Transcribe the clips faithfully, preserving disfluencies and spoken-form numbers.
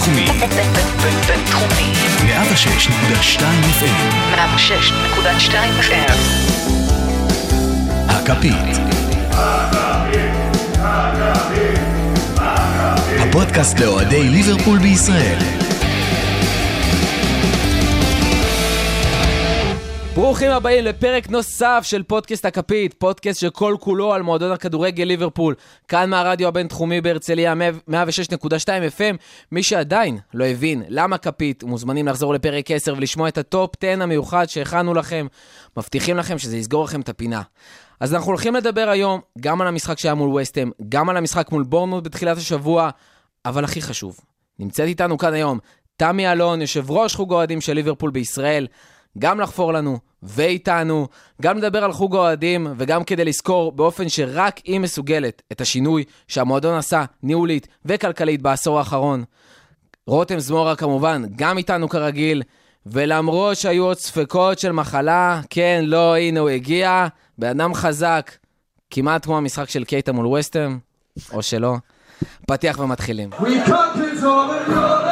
בינתחומי. בינתחומי. מאה ושש נקודה שתיים אף אם. מאה ושש נקודה שתיים אף אם. הכפית. הפודקאסט לאוהדי ליברפול בישראל. ברוכים הבאים לפרק נוסף של פודקאסט הכפית, פודקאסט שכל כולו על מועדון הכדורגל ליברפול, כאן מהרדיו הבינתחומי בהרצליה מאה ושש נקודה שתיים אף אם. מי שעדיין לא הבין למה כפית, מוזמנים לחזור לפרק עשר ולשמוע את הטופ עשר המיוחד שהכנו לכם. מבטיחים לכם שזה יסגור לכם את הפינה. אז אנחנו הולכים לדבר היום גם על המשחק שהיה מול וסטהאם, גם על המשחק מול בורנמוט בתחילת השבוע, אבל הכי חשוב, נמצאת איתנו כאן היום תמי אלון, יושב ראש חוג האוהדים של ליברפול בישראל, גם לחפור לנו ואיתנו, גם לדבר על חוג האוהדים וגם כדי לזכור באופן שרק היא מסוגלת את השינוי שהמועדון עשה ניהולית וכלכלית בעשור האחרון. רותם זמורה כמובן, גם איתנו כרגיל, ולמרות שהיו עוד ספקות של מחלה, כן, לא, הנה הוא הגיע, באדם חזק, כמעט כמו המשחק של קייטה מול וסטהאם, או שלא. פתיח ומתחילים. We come to talk about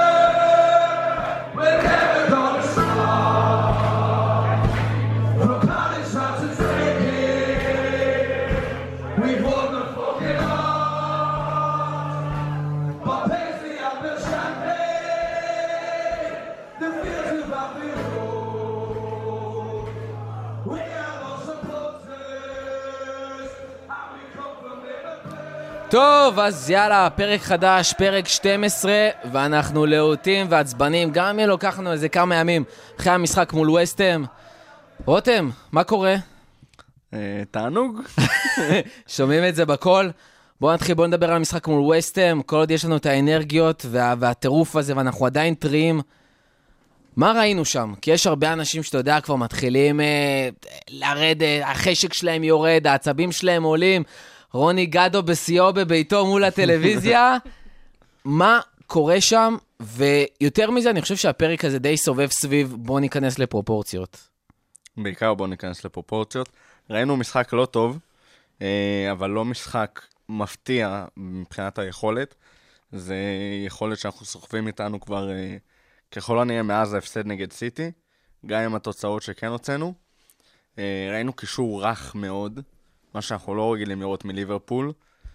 טוב, אז יאללה, פרק חדש, פרק שתים עשרה, ואנחנו להוטים ועצבנים, גם אם לוקחנו איזה כמה ימים אחרי המשחק מול וסטהאם. רותם, מה קורה? תענוג. שומעים את זה בכל. בואו נתחיל, בואו נדבר על המשחק מול וסטהאם, כל עוד יש לנו את האנרגיות וה, והטירוף הזה, ואנחנו עדיין טריים. מה ראינו שם? כי יש הרבה אנשים שאתה יודע כבר מתחילים אה, לרדת, החשק שלהם יורד, העצבים שלהם עולים, רוני גדו בסיוע בביתו מול הטלוויזיה. מה קורה שם? ויותר מזה, אני חושב שהפרק הזה די סובב סביב, בוא ניכנס לפרופורציות. בעיקר בוא ניכנס לפרופורציות. ראינו משחק לא טוב, אבל לא משחק מפתיע מבחינת היכולת. זה יכולת שאנחנו סוחבים איתנו כבר ככל הנראה מאז ההפסד נגד סיטי, גם עם התוצאות שכן הוצאנו. ראינו קישור רך מאוד, מה שאנחנו לא רגילים לראות מליברפול.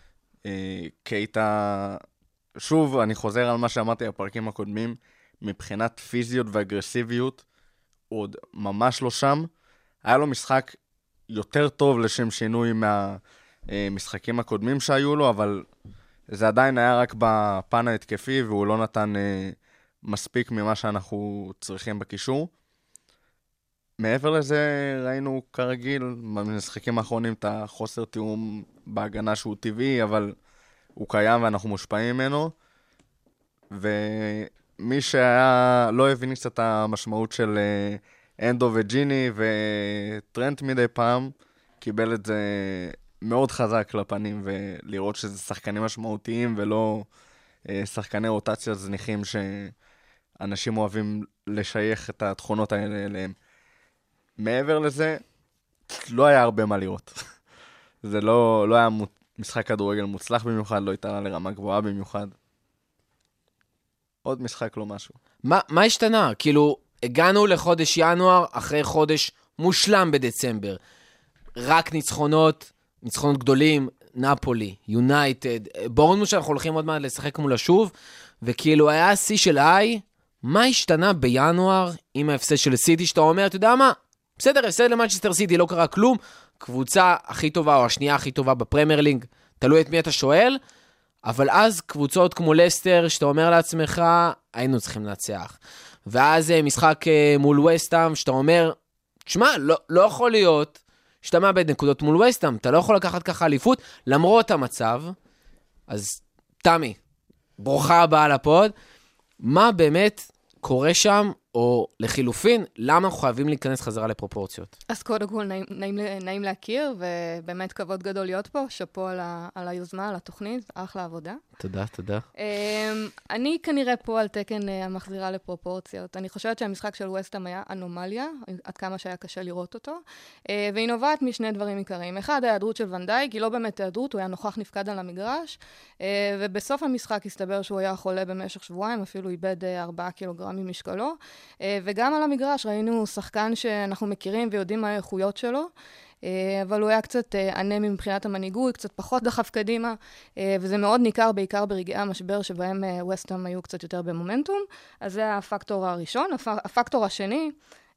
קייטה, שוב, אני חוזר על מה שאמרתי בפרקים הקודמים, מבחינת פיזיות ואגרסיביות, עוד ממש לא שם. היה לו משחק יותר טוב לשם שינוי מהמשחקים הקודמים שהיו לו, אבל זה עדיין היה רק בפן ההתקפי, והוא לא נתן מספיק ממה שאנחנו צריכים בקישור. מעבר לזה ראינו כרגיל במשחקים האחרונים את החוסר תיאום בהגנה שהוא טבעי, אבל הוא קיים ואנחנו מושפעים ממנו. ומי שהיה לא הבין קצת המשמעות של אנדו וג'יני וטרנט מדי פעם, קיבל את זה מאוד חזק לפנים, ולראות שזה שחקנים משמעותיים ולא שחקני רוטציה זניחים שאנשים אוהבים לשייך את התכונות האלה אליהם. מעבר לזה, לא היה הרבה מה לראות. זה לא, לא היה משחק כדורגל מוצלח במיוחד, לא הייתה לרמה גבוהה במיוחד. עוד משחק לא משהו. מה, מה השתנה? כאילו, הגענו לחודש ינואר, אחרי חודש מושלם בדצמבר. רק ניצחונות, ניצחונות גדולים, נפולי, יונייטד, בורנמוט שאנחנו הולכים עוד מעט לשחק מול השוב, וכאילו היה שיא של איי, מה השתנה בינואר עם ההפסד של סיטי, שאתה אומר, אתה יודע מה? בסדר, הפסד למנצ'סטר סיטי, לא קרה כלום, קבוצה הכי טובה או השנייה הכי טובה בפרמייר ליג, תלוי את מי אתה שואל, אבל אז קבוצות כמו לסטר, שאתה אומר לעצמך, היינו צריכים לנצח. ואז משחק מול וסטהאם, שאתה אומר, תשמע, לא, לא יכול להיות שאתה מאבד נקודות מול וסטהאם, אתה לא יכול לקחת ככה אליפות, למרות המצב. אז תמי, ברוכה הבאה לפוד, מה באמת קורה שם או לחילופין, למה אנחנו חייבים להיכנס חזרה לפרופורציות? אז קודם כל, נעים, נעים, נעים להכיר, ובאמת כבוד גדול להיות פה, שפו על, ה, על היוזמה, על התוכנית, אחלה עבודה. תודה, תודה. אני כנראה פה על תקן המחזירה לפרופורציות. אני חושבת שהמשחק של ווסטהאם היה אנומליה, עד כמה שהיה קשה לראות אותו, והיא נובעת משני דברים עיקריים. אחד, ההיעדרות של ון דייק, היא לא באמת היעדרות, הוא היה נוכח נפקד על המגרש, ובסוף המשחק הסתבר שהוא היה חולה במשך שבועיים, אפילו איבד ארבעה קילוגרמים משקלו, וגם על המגרש ראינו שחקן שאנחנו מכירים ויודעים מה האיכויות שלו, אבל הוא היה קצת ענמי מבחינת המנהיגות, קצת פחות דחף קדימה, וזה מאוד ניכר בעיקר ברגעי המשבר שבהם ווסטהאם היו קצת יותר במומנטום. אז זה הפקטור הראשון. הפקטור השני,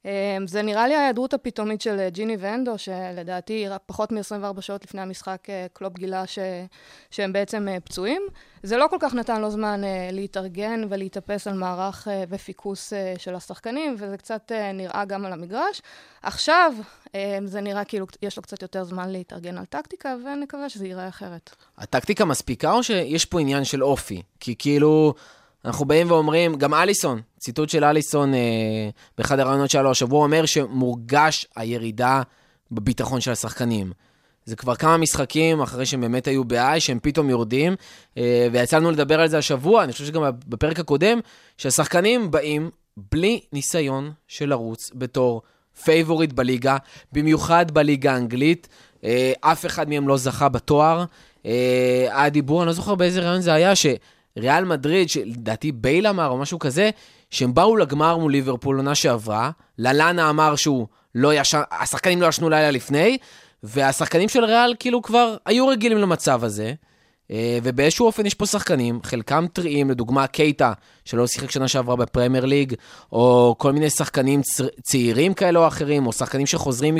זה נראה לי ההיעדרות הפתאומית של ג'יני ואנדו, שלדעתי פחות מ-עשרים וארבע שעות לפני המשחק קלופ גילה ש... שהם בעצם פצועים. זה לא כל כך נתן לו זמן להתארגן ולהתאפס על מערך ופיקוס של השחקנים, וזה קצת נראה גם על המגרש. עכשיו זה נראה כאילו יש לו קצת יותר זמן להתארגן על טקטיקה, ונקווה שזה ייראה אחרת. הטקטיקה מספיקה או שיש פה עניין של אופי? כי כאילו... אנחנו באים ואומרים, גם אליסון, ציטוט של אליסון אה, באחד הרעיונות שלו השבוע, אומר שמורגש הירידה בביטחון של השחקנים. זה כבר כמה משחקים אחרי שהם באמת היו באי, שהם פתאום יורדים, אה, ויצאנו לדבר על זה השבוע, אני חושב שגם בפרק הקודם, שהשחקנים באים בלי ניסיון של לרוץ בתור פייבוריט בליגה, במיוחד בליגה האנגלית, אה, אף אחד מהם לא זכה בתואר. אה, הדיבור, אני לא זוכר באיזה רעיון זה היה, ש... ריאל מדריד, שלדעתי בייל אמר או משהו כזה, שהם באו לגמר מול ליברפול עונה שעברה, ללאנה אמר שהוא לא ישן, השחקנים לא ישנו לילה לפני, והשחקנים של ריאל כאילו כבר היו רגילים למצב הזה, ובאיזשהו אופן יש פה שחקנים, חלקם טריים, לדוגמה קייטה, שלא שיחק שנה שעברה בפרמייר ליג, או כל מיני שחקנים צעירים כאלה או אחרים, או שחקנים שחוזרים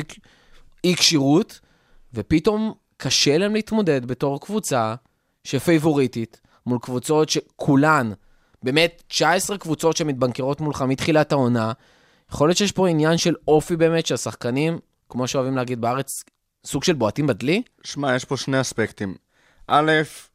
אי קשירות, ופתאום קשה להם להתמודד בתור קבוצה שפייבוריטית, מול קבוצות שכולן, באמת תשע עשרה קבוצות שמתבנקרות מולך מתחילת העונה, יכול להיות שיש פה עניין של אופי באמת, שהשחקנים, כמו שאוהבים להגיד בארץ, סוג של בועטים בדלי? שמע, יש פה שני אספקטים. א',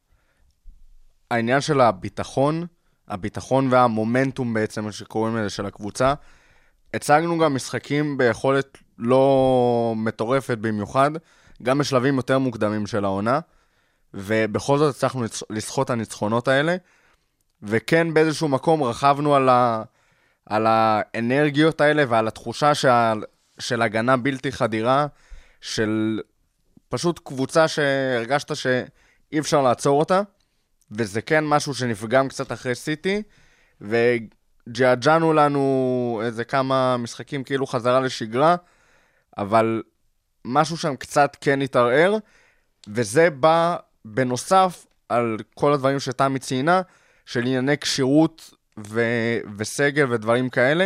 העניין של הביטחון, הביטחון והמומנטום בעצם שקוראים לזה של הקבוצה, הצגנו גם משחקים ביכולת לא מטורפת במיוחד, גם בשלבים יותר מוקדמים של העונה, ובכל זאת הצלחנו לסחוט הניצחונות האלה, וכן באיזשהו מקום רכבנו על, ה, על האנרגיות האלה, ועל התחושה של, של הגנה בלתי חדירה, של פשוט קבוצה שהרגשת שאי אפשר לעצור אותה, וזה כן משהו שנפגם קצת אחרי סיטי, וג'עג'ענו לנו איזה כמה משחקים כאילו חזרה לשגרה, אבל משהו שם קצת כן התערער, וזה בא בנוסף על כל הדברים שתמי ציינה, של ענייני קשירות ו- וסגל ודברים כאלה.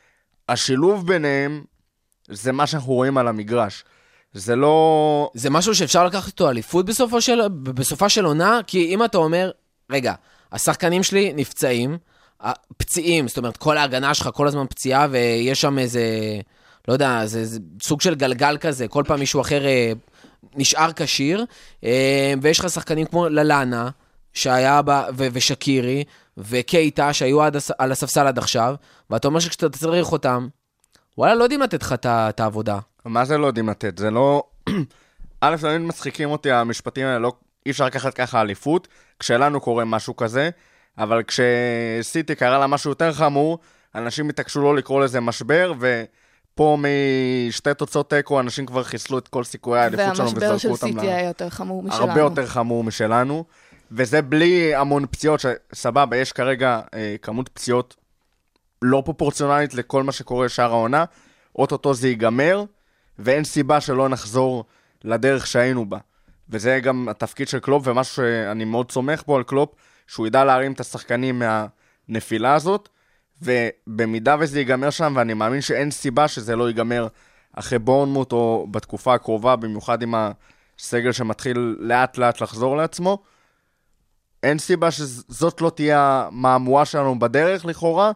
השילוב ביניהם זה מה שאנחנו רואים על המגרש. זה לא... זה משהו שאפשר לקחת אותו אליפות בסופו של... בסופה של עונה, כי אם אתה אומר, רגע, השחקנים שלי נפצעים, פציעים, זאת אומרת, כל ההגנה שלך כל הזמן פציעה, ויש שם איזה, לא יודע, זה, זה סוג של גלגל כזה, כל פעם מישהו אחר נשאר קשיר, ויש לך שחקנים כמו ללאנה, שהיה בה, ו- ושקירי, וקייטה, שהיו עד הס- על הספסל עד עכשיו, ואתה אומר שכשאתה צריך אותם, וואלה, לא יודעים לתת לך את העבודה. מה זה לא יודעים לתת? זה לא... א', תמיד מצחיקים אותי, המשפטים האלה, לא... אי אפשר לקחת ככה אליפות, כשלנו קורה משהו כזה, אבל כשסיטי קרה לה משהו יותר חמור, אנשים התעקשו לא לקרוא לזה משבר, ופה משתי תוצאות תיקו, אנשים כבר חיסלו את כל סיכויי האליפות שלנו, והמשבר של סיטי היה יותר חמור משלנו. הרבה יותר חמור משלנו, וזה בלי המון פציעות, שסבבה, יש כרגע אה, כמות פציעות לא פרופורציונלית לכל מה שקורה שאר העונה, אוטוטו זה ייגמר, ואין סיבה שלא נחזור לדרך שהיינו בה. וזה גם התפקיד של קלופ, ומשהו שאני מאוד סומך בו על קלופ, שהוא ידע להרים את השחקנים מהנפילה הזאת, ובמידה וזה ייגמר שם, ואני מאמין שאין סיבה שזה לא ייגמר אחרי בורנמוט, או בתקופה הקרובה, במיוחד עם הסגל שמתחיל לאט לאט לחזור לעצמו, אין סיבה שזאת לא תהיה המהמורה שלנו בדרך לכאורה,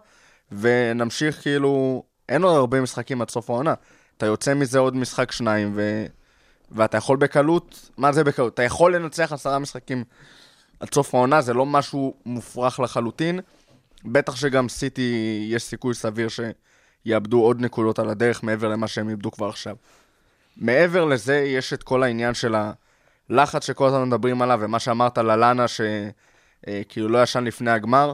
ונמשיך כאילו, אין עוד הרבה משחקים עד סוף העונה. אתה יוצא מזה עוד משחק שניים, ו... ואתה יכול בקלות, מה זה בקלות? אתה יכול לנצח עשרה משחקים עד סוף העונה, זה לא משהו מופרך לחלוטין. בטח שגם סיטי יש סיכוי סביר יאבדו עוד נקודות על הדרך מעבר למה שהם יאבדו כבר עכשיו. מעבר לזה, יש את כל העניין של הלחץ שכל הזמן מדברים עליו, ומה שאמרת ללאנה שכאילו לא ישן לפני הגמר.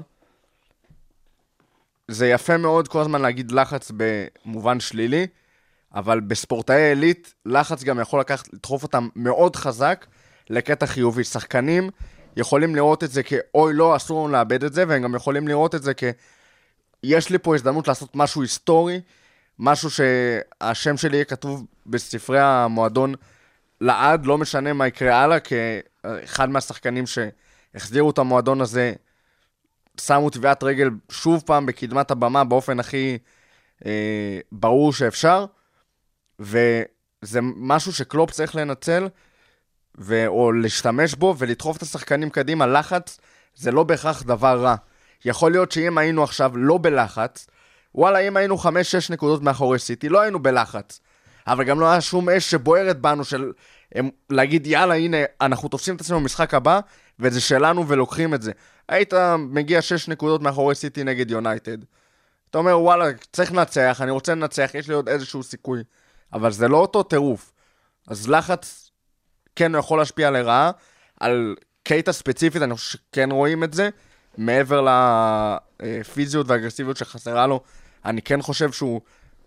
זה יפה מאוד כל הזמן להגיד לחץ במובן שלילי, אבל בספורטאי אליט, לחץ גם יכול לקחת, לדחוף אותם מאוד חזק לקטע חיובי. שחקנים יכולים לראות את זה כאוי לא, אסור לנו לאבד את זה, והם גם יכולים לראות את זה כ... יש לי פה הזדמנות לעשות משהו היסטורי, משהו שהשם שלי יהיה כתוב בספרי המועדון לעד, לא משנה מה יקרה הלאה, כאחד מהשחקנים שהחזירו את המועדון הזה, שמו טביעת רגל שוב פעם בקדמת הבמה באופן הכי אה, ברור שאפשר, וזה משהו שקלופ צריך לנצל, ו... או להשתמש בו ולדחוף את השחקנים קדימה. לחץ זה לא בהכרח דבר רע. יכול להיות שאם היינו עכשיו לא בלחץ, וואלה, אם היינו חמש שש נקודות מאחורי סיטי, לא היינו בלחץ. אבל גם לא היה שום אש שבוערת בנו של הם, להגיד, יאללה, הנה, אנחנו תופסים את עצמנו במשחק הבא, וזה שלנו ולוקחים את זה. היית מגיע שש נקודות מאחורי סיטי נגד יונייטד. אתה אומר, וואלה, צריך לנצח, אני רוצה לנצח, יש לי עוד איזשהו סיכוי. אבל זה לא אותו טירוף. אז לחץ, כן, הוא יכול להשפיע לרעה. על קייטה ספציפית, אני חושב שכן רואים את זה. מעבר לפיזיות והאגרסיביות שחסרה לו, אני כן חושב שהוא...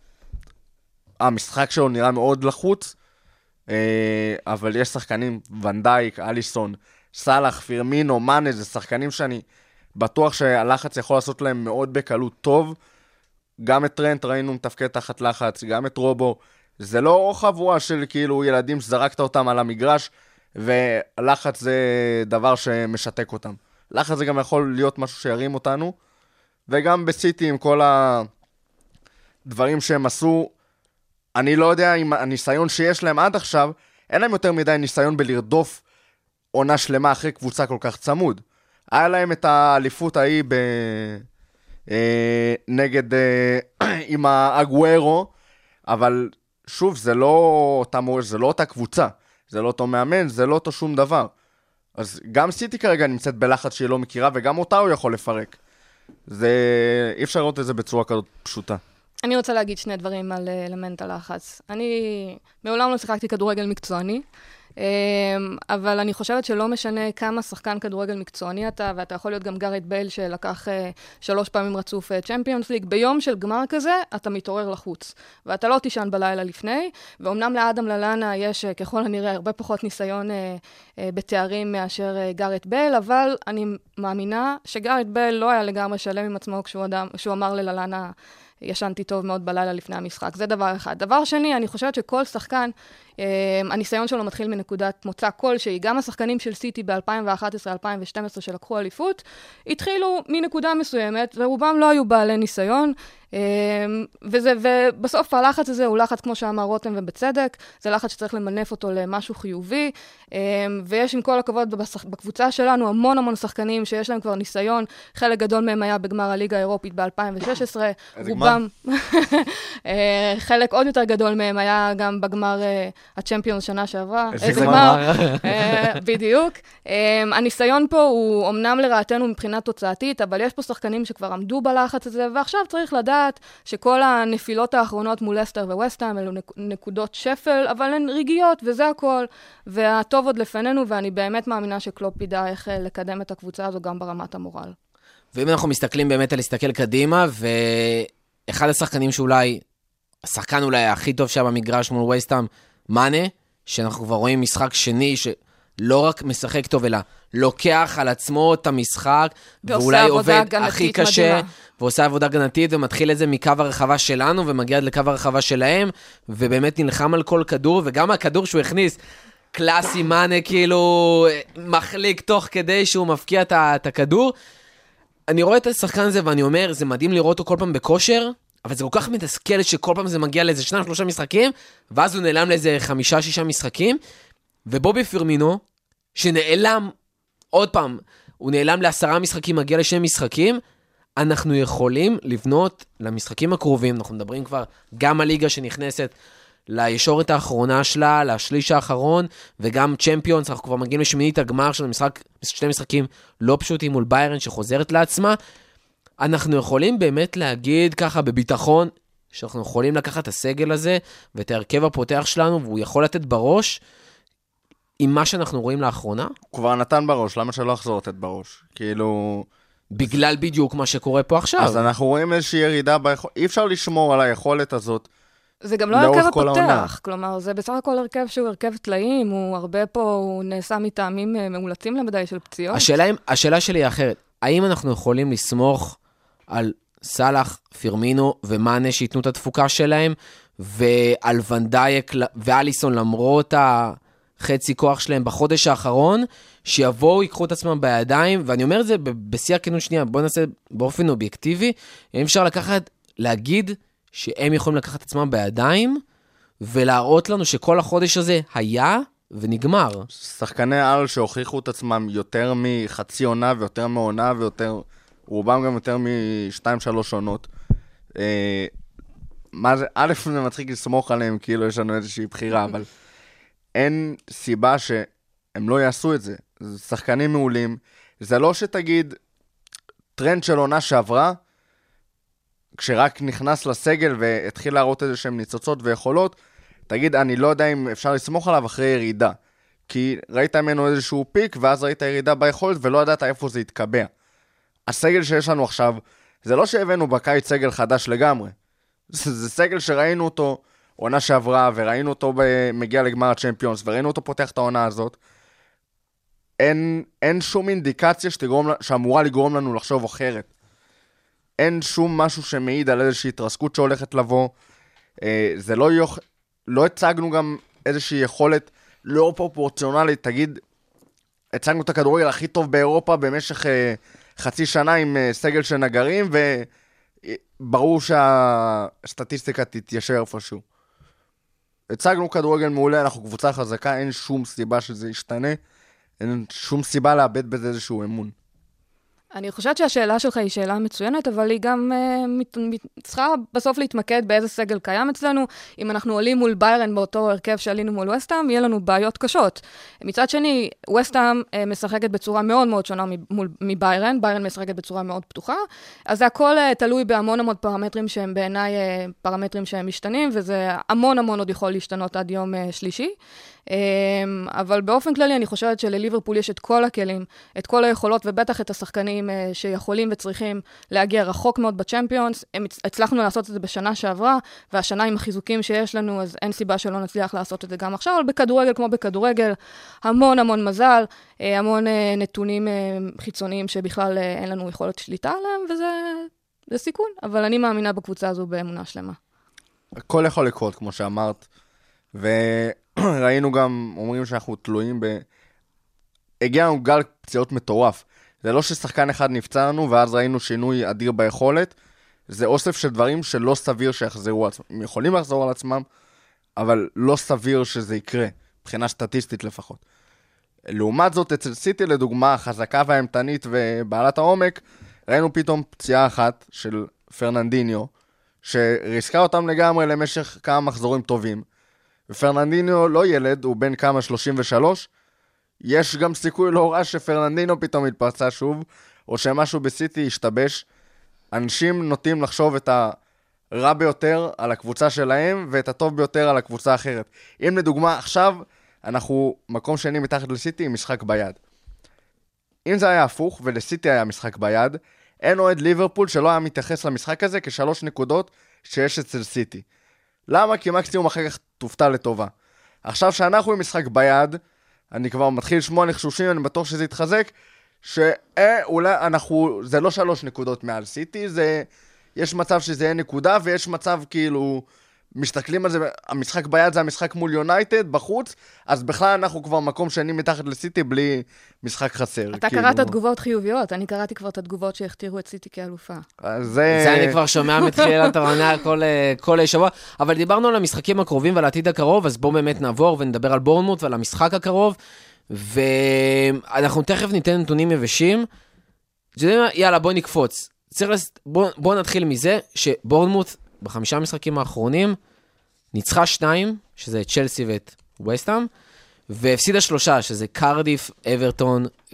המשחק שלו נראה מאוד לחוץ, אבל יש שחקנים, ונדייק, אליסון, סלח, פירמינו, מאנה, זה שחקנים שאני בטוח שהלחץ יכול לעשות להם מאוד בקלות טוב. גם את טרנט ראינו מתפקד תחת לחץ, גם את רובו. זה לא חבורה של כאילו ילדים שזרקת אותם על המגרש, ולחץ זה דבר שמשתק אותם. לחץ זה גם יכול להיות משהו שירים אותנו, וגם בסיטי עם כל הדברים שהם עשו, אני לא יודע אם הניסיון שיש להם עד עכשיו, אין להם יותר מדי ניסיון בלרדוף עונה שלמה אחרי קבוצה כל כך צמוד. היה להם את האליפות ההיא ב... אה, נגד אה, עם האגוארו, אבל שוב, זה לא אותה מורש, זה לא אותה קבוצה, זה לא אותו מאמן, זה לא אותו שום דבר. אז גם סיטי כרגע נמצאת בלחץ שהיא לא מכירה, וגם אותה הוא יכול לפרק. זה... אי אפשר לראות את זה בצורה כזאת פשוטה. אני רוצה להגיד שני דברים על אלמנט הלחץ. אני מעולם לא שיחקתי כדורגל מקצועני, אבל אני חושבת שלא משנה כמה שחקן כדורגל מקצועני אתה, ואתה יכול להיות גם גארית בייל שלקח שלוש פעמים רצוף צ'מפיונס ליג, ביום של גמר כזה אתה מתעורר לחוץ, ואתה לא תישן בלילה לפני, ואומנם לאדם ללאנה יש ככל הנראה הרבה פחות ניסיון בתארים מאשר גארית בייל, אבל אני מאמינה שגארית בייל לא היה לגמרי שלם עם עצמו כשהוא, אדם, כשהוא אמר ללאנה, ישנתי טוב מאוד בלילה לפני המשחק. זה דבר אחד. דבר שני, אני חושבת שכל שחקן, אה, הניסיון שלו מתחיל מנקודת מוצא כלשהי. גם השחקנים של סיטי ב-אלפיים ואחת עשרה אלפיים ושתים עשרה שלקחו אליפות, התחילו מנקודה מסוימת, ורובם לא היו בעלי ניסיון, אה, וזה, ובסוף הלחץ הזה הוא לחץ, כמו שאמר רותם ובצדק, זה לחץ שצריך למנף אותו למשהו חיובי, אה, ויש עם כל הכבוד בקבוצה שלנו המון המון שחקנים שיש להם כבר ניסיון, חלק גדול מהם היה בגמר הליגה האירופית ב-אלפיים ושש עשרה, רובם, חלק עוד יותר גדול מהם היה גם בגמר הצ'מפיונס שנה שעברה. איזה גמר? בדיוק. הניסיון פה הוא אמנם לרעתנו מבחינה תוצאתית, אבל יש פה שחקנים שכבר עמדו בלחץ הזה, ועכשיו צריך לדעת שכל הנפילות האחרונות מול אסטר וווסטהאם אלו נקודות שפל, אבל הן רגעיות, וזה הכל. והטוב עוד לפנינו, ואני באמת מאמינה שקלופ ידע איך לקדם את הקבוצה הזו גם ברמת המורל. ואם אנחנו מסתכלים באמת על להסתכל קדימה, ואחד השחקנים שאולי, השחקן אולי הכי טוב שם במגרש מול ווסטהאם, מאנה, שאנחנו כבר רואים משחק שני, שלא רק משחק טוב, אלא לוקח על עצמו את המשחק, ואולי עובד הכי קשה, מדהימה. ועושה עבודה גנתית, ומתחיל את זה מקו הרחבה שלנו, ומגיע לקו הרחבה שלהם, ובאמת נלחם על כל כדור, וגם הכדור שהוא הכניס, קלאסי מאנה, כאילו, מחליק תוך כדי שהוא מפקיע את הכדור. אני רואה את השחקן הזה, ואני אומר, זה מדהים לראות אותו כל פעם בכושר, אבל זה כל כך מתסכל שכל פעם זה מגיע לאיזה שניים, שלושה משחקים, ואז הוא נעלם לאיזה חמישה, שישה משחקים, ובובי פירמינו, שנעלם, עוד פעם, הוא נעלם לעשרה משחקים, מגיע לשני משחקים, אנחנו יכולים לבנות למשחקים הקרובים, אנחנו מדברים כבר גם הליגה שנכנסת לישורת האחרונה שלה, לשליש האחרון, וגם צ'מפיונס, אנחנו כבר מגיעים לשמינית הגמר של המשחק, שני משחקים לא פשוטים מול ביירן שחוזרת לעצמה, אנחנו יכולים באמת להגיד ככה בביטחון, שאנחנו יכולים לקחת את הסגל הזה, ואת ההרכב הפותח שלנו, והוא יכול לתת בראש, עם מה שאנחנו רואים לאחרונה? הוא כבר נתן בראש, למה שלא אחזור לתת בראש? כאילו... בגלל בדיוק מה שקורה פה עכשיו. אז אנחנו רואים איזושהי ירידה ביכולת, אי אפשר לשמור על היכולת הזאת. זה גם לא הרכב הפותח, כלומר, זה בסך הכל הרכב שהוא הרכב תלאים, הוא הרבה פה, הוא נעשה מטעמים מאולצים למדי של פציעות. השאלה, השאלה שלי היא אחרת, האם אנחנו יכולים לסמוך על סלח, פירמינו ומאנה שיתנו את התפוקה שלהם, ועל ונדייק ואליסון למרות החצי כוח שלהם בחודש האחרון, שיבואו, ייקחו את עצמם בידיים, ואני אומר את זה בשיא הכנות שנייה, בואו נעשה באופן אובייקטיבי, אם אפשר לקחת, להגיד שהם יכולים לקחת את עצמם בידיים, ולהראות לנו שכל החודש הזה היה ונגמר. שחקני על שהוכיחו את עצמם יותר מחצי עונה, ויותר מעונה, ויותר, רובם גם יותר משתיים שלוש עונות. אה, מה זה, א' זה מצחיק לסמוך עליהם, כאילו יש לנו איזושהי בחירה, אבל אין סיבה שהם לא יעשו את זה. זה שחקנים מעולים. זה לא שתגיד, טרנד של עונה שעברה, כשרק נכנס לסגל והתחיל להראות איזה שהם ניצוצות ויכולות, תגיד, אני לא יודע אם אפשר לסמוך עליו אחרי ירידה. כי ראית ממנו איזשהו פיק, ואז ראית ירידה ביכולת, ולא ידעת איפה זה יתקבע. הסגל שיש לנו עכשיו, זה לא שהבאנו בקיץ סגל חדש לגמרי. זה, זה סגל שראינו אותו עונה שעברה, וראינו אותו מגיע לגמר הצ'מפיונס, וראינו אותו פותח את העונה הזאת. אין, אין שום אינדיקציה שתגרום, שאמורה לגרום לנו לחשוב אחרת. אין שום משהו שמעיד על איזושהי התרסקות שהולכת לבוא. אה, זה לא יוכ... לא הצגנו גם איזושהי יכולת לא פרופורציונלית. תגיד, הצגנו את הכדורגל הכי טוב באירופה במשך אה, חצי שנה עם אה, סגל של נגרים, וברור שהסטטיסטיקה תתיישר איפשהו. הצגנו כדורגל מעולה, אנחנו קבוצה חזקה, אין שום סיבה שזה ישתנה, אין שום סיבה לאבד בזה איזשהו אמון. אני חושבת שהשאלה שלך היא שאלה מצוינת, אבל היא גם uh, צריכה בסוף להתמקד באיזה סגל קיים אצלנו. אם אנחנו עולים מול ביירן באותו הרכב שעלינו מול ווסטהאם, יהיה לנו בעיות קשות. מצד שני, ווסטהאם uh, משחקת בצורה מאוד מאוד שונה מול, מביירן, ביירן משחקת בצורה מאוד פתוחה, אז זה הכל uh, תלוי בהמון המון פרמטרים שהם בעיניי uh, פרמטרים שהם משתנים, וזה המון המון עוד יכול להשתנות עד יום uh, שלישי. אבל באופן כללי אני חושבת שלליברפול יש את כל הכלים, את כל היכולות ובטח את השחקנים שיכולים וצריכים להגיע רחוק מאוד בצ'מפיונס. הצלחנו לעשות את זה בשנה שעברה, והשנה עם החיזוקים שיש לנו, אז אין סיבה שלא נצליח לעשות את זה גם עכשיו, אבל בכדורגל כמו בכדורגל, המון המון מזל, המון נתונים חיצוניים שבכלל אין לנו יכולת שליטה עליהם, וזה זה סיכון, אבל אני מאמינה בקבוצה הזו באמונה שלמה. הכל יכול לקרות, כמו שאמרת, וראינו גם, אומרים שאנחנו תלויים ב... הגיע לנו גל פציעות מטורף. זה לא ששחקן אחד נפצע לנו, ואז ראינו שינוי אדיר ביכולת. זה אוסף של דברים שלא סביר שיחזרו על עצמם. הם יכולים לחזור על עצמם, אבל לא סביר שזה יקרה, מבחינה סטטיסטית לפחות. לעומת זאת, אצל סיטי, לדוגמה, חזקה והאמתנית ובעלת העומק, ראינו פתאום פציעה אחת של פרננדיניו, שריסקה אותם לגמרי למשך כמה מחזורים טובים. ופרננדיניו לא ילד, הוא בן כמה שלושים ושלוש, יש גם סיכוי לא רע שפרננדיניו פתאום יתפרצה שוב, או שמשהו בסיטי ישתבש. אנשים נוטים לחשוב את הרע ביותר על הקבוצה שלהם, ואת הטוב ביותר על הקבוצה האחרת. אם לדוגמה עכשיו, אנחנו מקום שני מתחת לסיטי עם משחק ביד. אם זה היה הפוך, ולסיטי היה משחק ביד, אין אוהד ליברפול שלא היה מתייחס למשחק הזה כשלוש נקודות שיש אצל סיטי. למה? כי מקסימום אחר כך תופתע לטובה. עכשיו שאנחנו עם משחק ביד, אני כבר מתחיל לשמוע נחשושים, אני בטוח שזה יתחזק, שאולי אנחנו, זה לא שלוש נקודות מעל סיטי, זה, יש מצב שזה יהיה נקודה, ויש מצב כאילו, מסתכלים על זה, המשחק ביד זה המשחק מול יונייטד בחוץ, אז בכלל אנחנו כבר מקום שני מתחת לסיטי בלי משחק חסר. אתה כאילו... קראת תגובות חיוביות, אני קראתי כבר את התגובות שהכתירו את סיטי כאלופה. זה... זה אני כבר שומע מתחילת העונה כל, כל שבוע, אבל דיברנו על המשחקים הקרובים ועל העתיד הקרוב, אז בואו באמת נעבור ונדבר על בורנמוט ועל המשחק הקרוב, ואנחנו תכף ניתן נתונים יבשים. יאללה, בואו נקפוץ. בואו בוא נתחיל מזה שבורנמוט בחמישה משחקים האחרונים ניצחה שניים, שזה צ'לסי ואת ווסטהאם, והפסידה שלושה, שזה קרדיף, אברטון ו...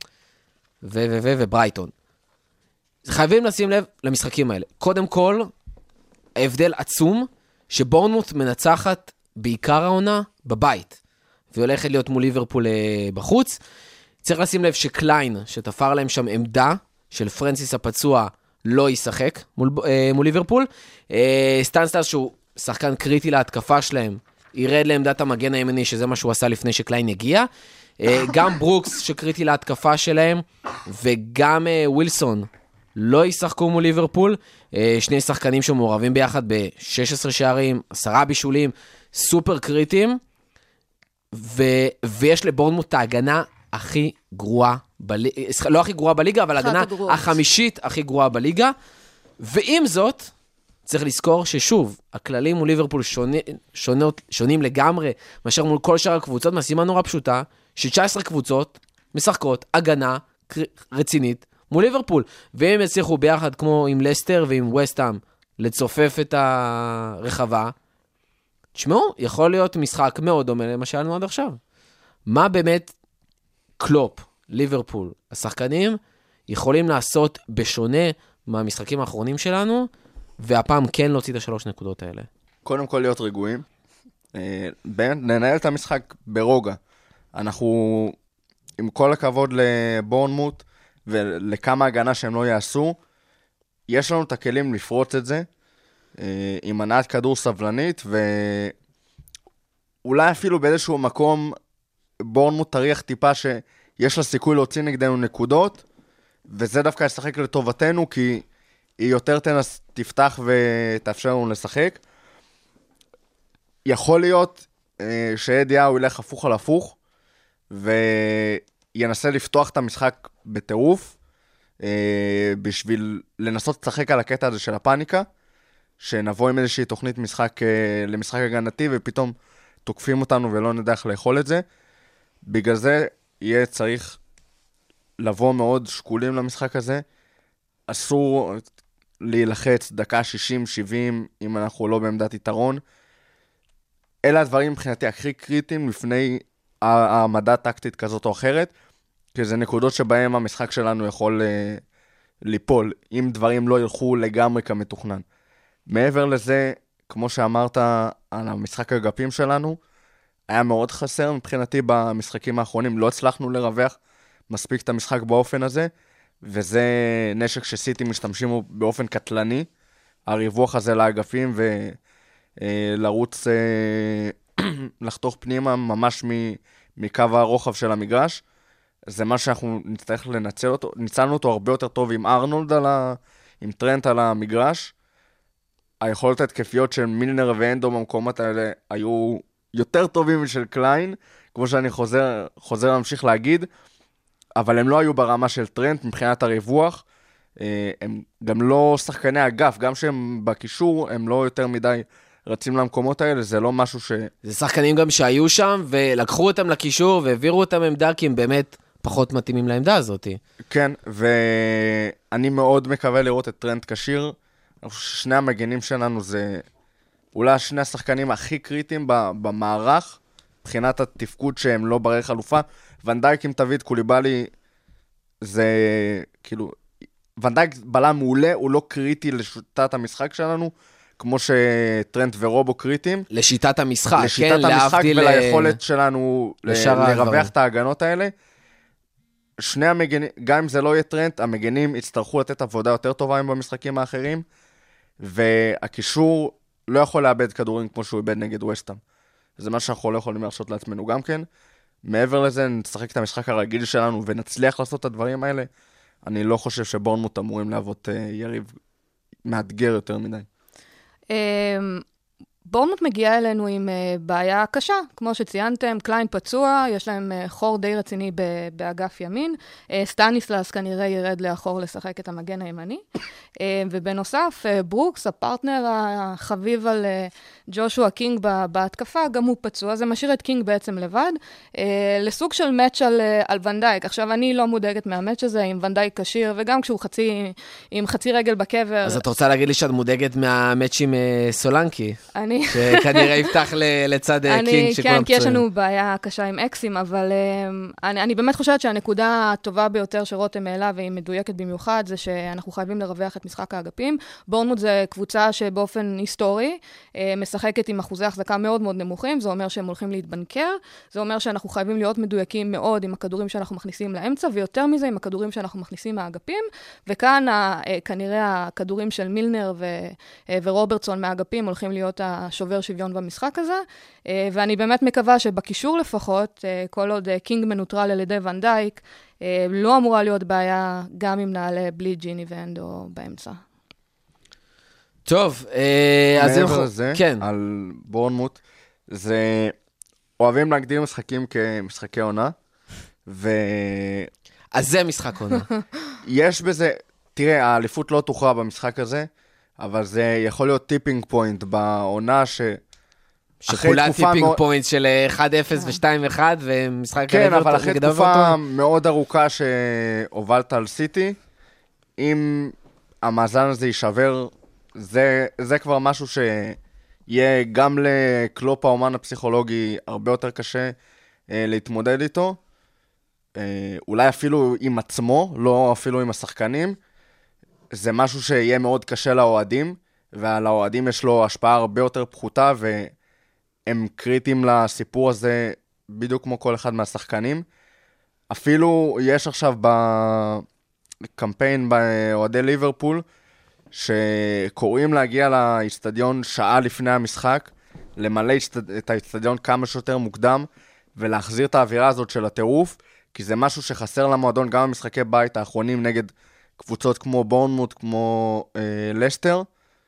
ו... ו... ו... וברייטון. חייבים לשים לב למשחקים האלה. קודם כל, ההבדל עצום, שבורנמוט מנצחת בעיקר העונה בבית, והיא הולכת להיות מול ליברפול בחוץ. צריך לשים לב שקליין, שתפר להם שם עמדה, של פרנסיס הפצוע, לא ישחק מול, מול ליברפול. סטנסטרס, שהוא שחקן קריטי להתקפה שלהם, ירד לעמדת המגן הימני, שזה מה שהוא עשה לפני שקליין הגיע. גם ברוקס, שקריטי להתקפה שלהם, וגם ווילסון, לא ישחקו מול ליברפול. שני שחקנים שמעורבים ביחד ב-שש עשרה שערים, עשרה בישולים, סופר קריטיים, ו... ויש לבורנמוט ההגנה הכי גרועה, בלי... לא הכי גרועה בליגה, אבל ההגנה החמישית הכי גרועה בליגה. ועם זאת, צריך לזכור ששוב, הכללים מול ליברפול שונה, שונות, שונים לגמרי, מאשר מול כל שאר הקבוצות, מהסימן נורא פשוטה, ש-תשע עשרה קבוצות משחקות הגנה רצינית מול ליברפול. ואם הם יצליחו ביחד, כמו עם לסטר ועם וסטהאם, לצופף את הרחבה, תשמעו, יכול להיות משחק מאוד דומה למה שהיה לנו עד עכשיו. מה באמת קלופ, ליברפול, השחקנים, יכולים לעשות בשונה מהמשחקים האחרונים שלנו, והפעם כן להוציא את השלוש נקודות האלה? קודם כל להיות רגועים. באמת, ננהל את המשחק ברוגע. אנחנו, עם כל הכבוד לבורנמוט, ולכמה הגנה שהם לא יעשו, יש לנו את הכלים לפרוץ את זה, עם מנעת כדור סבלנית, ואולי אפילו באיזשהו מקום, בורנמוט תריח טיפה שיש לה סיכוי להוציא נגדנו נקודות, וזה דווקא ישחק לטובתנו, כי היא יותר תנס, תפתח ותאפשר לנו לשחק. יכול להיות שאדיעה הוא ילך הפוך על הפוך, וינסה לפתוח את המשחק בטירוף, בשביל לנסות לשחק על הקטע הזה של הפאניקה, שנבוא עם איזושהי תוכנית משחק למשחק הגנתי, ופתאום תוקפים אותנו ולא נדע איך לאכול את זה. בגלל זה יהיה צריך לבוא מאוד שקולים למשחק הזה. אסור להילחץ דקה שישים שבעים אם אנחנו לא בעמדת יתרון. אלה הדברים מבחינתי הכי קריטיים לפני העמדה טקטית כזאת או אחרת, כי זה נקודות שבהם המשחק שלנו יכול uh, ליפול, אם דברים לא ילכו לגמרי כמתוכנן. מעבר לזה, כמו שאמרת על המשחק הגפים שלנו, היה מאוד חסר מבחינתי במשחקים האחרונים, לא הצלחנו לרווח מספיק את המשחק באופן הזה, וזה נשק שסיטי משתמשים בו באופן קטלני, הריווח הזה לאגפים ולרוץ, לחתוך פנימה ממש מקו הרוחב של המגרש, זה מה שאנחנו נצטרך לנצל אותו, ניצלנו אותו הרבה יותר טוב עם ארנולד, על ה... עם טרנט על המגרש, היכולת התקפיות של מילנר ואנדו במקומות האלה היו יותר טובים משל קליין, כמו שאני חוזר, חוזר להמשיך להגיד, אבל הם לא היו ברמה של טרנט מבחינת הריווח, הם גם לא שחקני אגף, גם שהם בקישור, הם לא יותר מדי רצים למקומות האלה, זה לא משהו ש... זה שחקנים גם שהיו שם, ולקחו אותם לקישור, והעבירו אותם עמדה, כי הם באמת פחות מתאימים לעמדה הזאת. כן, ואני מאוד מקווה לראות את טרנט קשיר, שני המגנים שלנו זה אולי שני השחקנים הכי קריטיים במערך, מבחינת התפקוד שהם לא ברי חלופה. ונדייק אם תביא את קוליבאלי, זה כאילו, ונדייק בלם מעולה, הוא לא קריטי לשיטת המשחק שלנו, כמו שטרנט ורובו קריטיים. לשיטת המשחק, לשיטת כן, המשחק להבדיל וליכולת שלנו לרווח את ההגנות האלה. שני המגנים, גם אם זה לא יהיה טרנט, המגנים יצטרכו לתת עבודה יותר טובה עם במשחקים האחרים, והקישור לא יכול לאבד כדורים כמו שהוא איבד נגד וסטהאם. זה מה שאנחנו לא יכולים להרשות לעצמנו גם כן. מעבר לזה, נשחק את המשחק הרגיל שלנו ונצליח לעשות את הדברים האלה. אני לא חושב שבורנמוט אמורים להוות יריב מאתגר יותר מדי. בורנמוט מגיעה אלינו עם בעיה קשה, כמו שציינתם, קליין פצוע, יש להם חור די רציני באגף ימין, סטניסלס כנראה ירד לאחור לשחק את המגן הימני, ובנוסף, ברוקס, הפרטנר החביב על ג'ושוע קינג בהתקפה, גם הוא פצוע, זה משאיר את קינג בעצם לבד, לסוג של מאץ' על, על ונדייק. עכשיו, אני לא מודאגת מהמאץ' הזה, עם ונדייק קשיר, וגם כשהוא חצי, עם חצי רגל בקבר. אז את רוצה להגיד לי שאת מודאגת מהמאץ' עם סולנקי? אני אני... שכנראה יפתח לצד קינג שכולם כן, כי יש לנו בעיה קשה עם אקסים, אבל אני, אני באמת חושבת שהנקודה הטובה ביותר שרותם העלה, והיא מדויקת במיוחד, זה שאנחנו חייבים לרווח את משחק האגפים. בורנמוט זה קבוצה שבאופן היסטורי משחקת עם אחוזי החזקה מאוד מאוד נמוכים, זה אומר שהם הולכים להתבנקר, זה אומר שאנחנו חייבים להיות מדויקים מאוד עם הכדורים שאנחנו מכניסים לאמצע, ויותר מזה עם הכדורים שאנחנו מכניסים מהאגפים, וכאן כנראה הכדורים של מילנר ו, ורוברטסון מהאגפים הולכים להיות השובר שוויון במשחק הזה, ואני באמת מקווה שבקישור לפחות, כל עוד קינג מנוטרל על ידי ון דייק, לא אמורה להיות בעיה גם אם נעלה בלי ג'יני ואנדו באמצע. טוב, אז מעבר לזה, כן. על בורנמוט, זה אוהבים להגדיר משחקים כמשחקי עונה, ו... אז זה משחק עונה. יש בזה, תראה, האליפות לא תוכרע במשחק הזה, אבל זה יכול להיות טיפינג פוינט בעונה ש... שכולה טיפינג פוינט של אחד אפס ו-שתיים אחת, ומשחק... כן, אבל אחרי תקופה מאוד ארוכה שהובלת על סיטי, אם המאזן הזה יישבר, זה, זה כבר משהו שיהיה גם לקלופ האומן הפסיכולוגי הרבה יותר קשה אה, להתמודד איתו, אה, אולי אפילו עם עצמו, לא אפילו עם השחקנים, זה משהו שיהיה מאוד קשה לאוהדים, ועל האוהדים יש לו השפעה הרבה יותר פחותה, והם קריטיים לסיפור הזה בדיוק כמו כל אחד מהשחקנים. אפילו יש עכשיו בקמפיין באוהדי ליברפול, שקוראים להגיע לאצטדיון שעה לפני המשחק, למלא את האצטדיון כמה שיותר מוקדם, ולהחזיר את האווירה הזאת של הטירוף, כי זה משהו שחסר למועדון גם במשחקי בית האחרונים נגד קבוצות כמו בורנמוט, כמו אה, לסטר,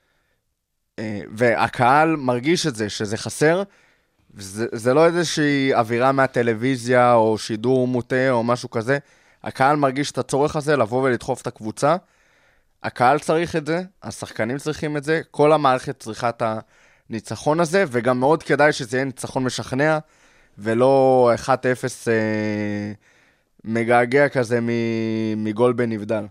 אה, והקהל מרגיש את זה, שזה חסר, וזה, זה לא איזושהי אווירה מהטלוויזיה, או שידור מוטה, או משהו כזה, הקהל מרגיש את הצורך הזה לבוא ולדחוף את הקבוצה, הקהל צריך את זה, השחקנים צריכים את זה, כל המערכת צריכה את הניצחון הזה, וגם מאוד כדאי שזה יהיה ניצחון משכנע, ולא אחד אפס אה, מגעגע כזה מגול בנבדל.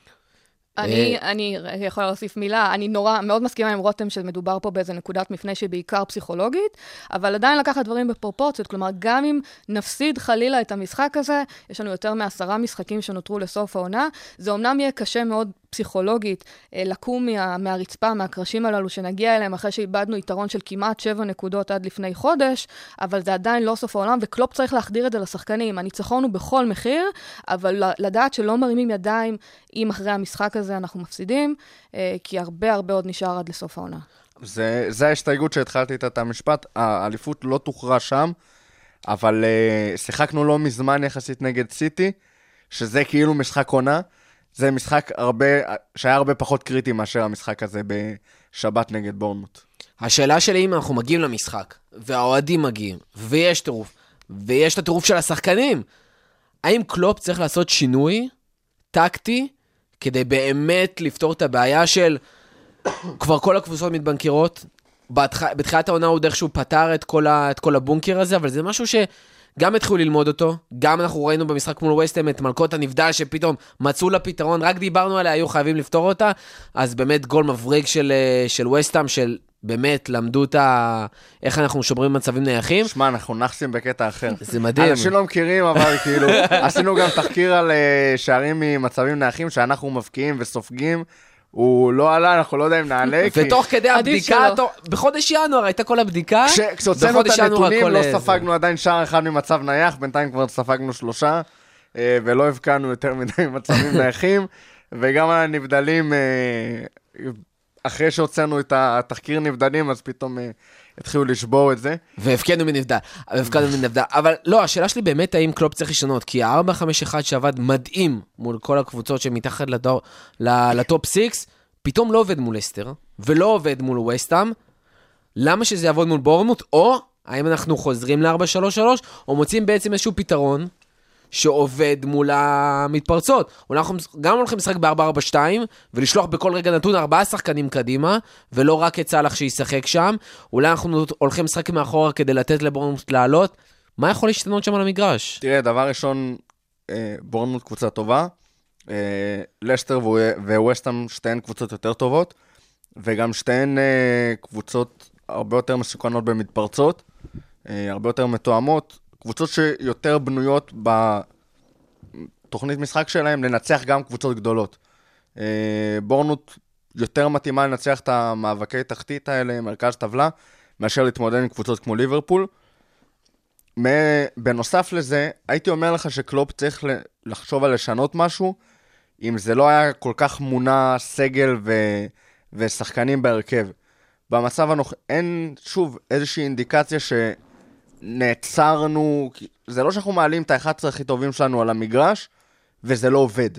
אני, אני יכולה להוסיף מילה, אני נורא, מאוד מסכימה עם רותם שמדובר פה באיזה נקודת מפנה שבעיקר פסיכולוגית, אבל עדיין לקחת דברים בפרופורציות, כלומר, גם אם נפסיד חלילה את המשחק הזה, יש לנו יותר מעשרה משחקים שנותרו לסוף העונה, זה אומנם יהיה קשה מאוד פסיכולוגית, לקום מה, מהרצפה, מהקרשים הללו שנגיע אליהם אחרי שאיבדנו יתרון של כמעט שבע נקודות עד לפני חודש, אבל זה עדיין לא סוף העולם, וקלופ צריך להחדיר את זה לשחקנים. הניצחון הוא בכל מחיר, אבל לדעת שלא מרימים ידיים אם אחרי המשחק הזה אנחנו מפסידים, כי הרבה הרבה עוד נשאר עד לסוף העונה. זה, זה ההסתייגות שהתחלתי את המשפט, האליפות לא תוכרע שם, אבל uh, שיחקנו לא מזמן יחסית נגד סיטי, שזה כאילו משחק עונה, זה משחק הרבה, שהיה הרבה פחות קריטי מאשר המשחק הזה בשבת נגד בורנמוט. השאלה שלי אם אנחנו מגיעים למשחק, והאוהדים מגיעים, ויש טירוף, ויש את הטירוף של השחקנים, האם קלופ צריך לעשות שינוי טקטי, כדי באמת לפתור את הבעיה של כבר כל הקבוצות מתבנקרות, בתחילת העונה הוא דרך שהוא פתר את כל, ה, את כל הבונקר הזה, אבל זה משהו שגם התחילו ללמוד אותו, גם אנחנו ראינו במשחק מול ווסטהאם את מלכות הנבדל שפתאום מצאו לה פתרון, רק דיברנו עליה, היו חייבים לפתור אותה, אז באמת גול מבריק של, של ווסטהאם, של באמת למדו את ה... איך אנחנו שומרים מצבים נייחים. שמע, אנחנו נחסים בקטע אחר. זה מדהים. אנשים לא מכירים, אבל כאילו, עשינו גם תחקיר על שערים ממצבים נייחים, שאנחנו מבקיעים וסופגים, הוא לא עלה, אנחנו לא יודע אם נעלה. ותוך כדי הבדיקה, בחודש ינואר הייתה כל הבדיקה. כשהוצאנו את הנתונים, לא ספגנו עדיין שער אחד ממצב נייח, בינתיים כבר ספגנו שלושה, ולא הבקענו יותר מדי מצבים נייחים, וגם הנבדלים, אחרי שהוצאנו את התחקיר נבדלים, אז פתאום התחילו לשבור את זה. והפקענו מנבדל, והפקענו מנבדל. אבל לא, השאלה שלי באמת האם קלופ צריך לשנות, כי ה-ארבע חמש אחת שעבד מדהים מול כל הקבוצות שמתחת לטופ סיקס, פתאום לא עובד מול לסטר, ולא עובד מול ווסטהאם. למה שזה יעבוד מול בורנמוט? או האם אנחנו חוזרים ל-ארבע שלוש שלוש, או מוצאים בעצם איזשהו פתרון, שעובד מול המתפרצות. אולי אנחנו גם הולכים לשחק ב-ארבע ארבע שתיים, ולשלוח בכל רגע נתון ארבעה שחקנים קדימה, ולא רק את סלח שישחק שם. אולי אנחנו הולכים לשחק מאחורה כדי לתת לבורנמוט לעלות. מה יכול להשתנות שם על המגרש? תראה, דבר ראשון, בורנמוט קבוצה טובה, לסטר וווסטהאם שתיהן קבוצות יותר טובות, וגם שתיהן קבוצות הרבה יותר מסוכנות במתפרצות, הרבה יותר מתואמות, קבוצות שיותר בנויות בתוכנית משחק שלהם לנצח גם קבוצות גדולות. בורנמוט יותר מתאימה לנצח את המאבקי תחתית האלה, מרכז טבלה, מאשר להתמודד עם קבוצות כמו ליברפול. בנוסף לזה, הייתי אומר לך שקלופ צריך לחשוב על לשנות משהו, אם זה לא היה כל כך מונע סגל ו... ושחקנים בהרכב. במצב הנוח... אין, שוב, איזושהי אינדיקציה שנעצרנו, זה לא שאנחנו מעלים את ה-אחד עשר הכי טובים שלנו על המגרש, וזה לא עובד.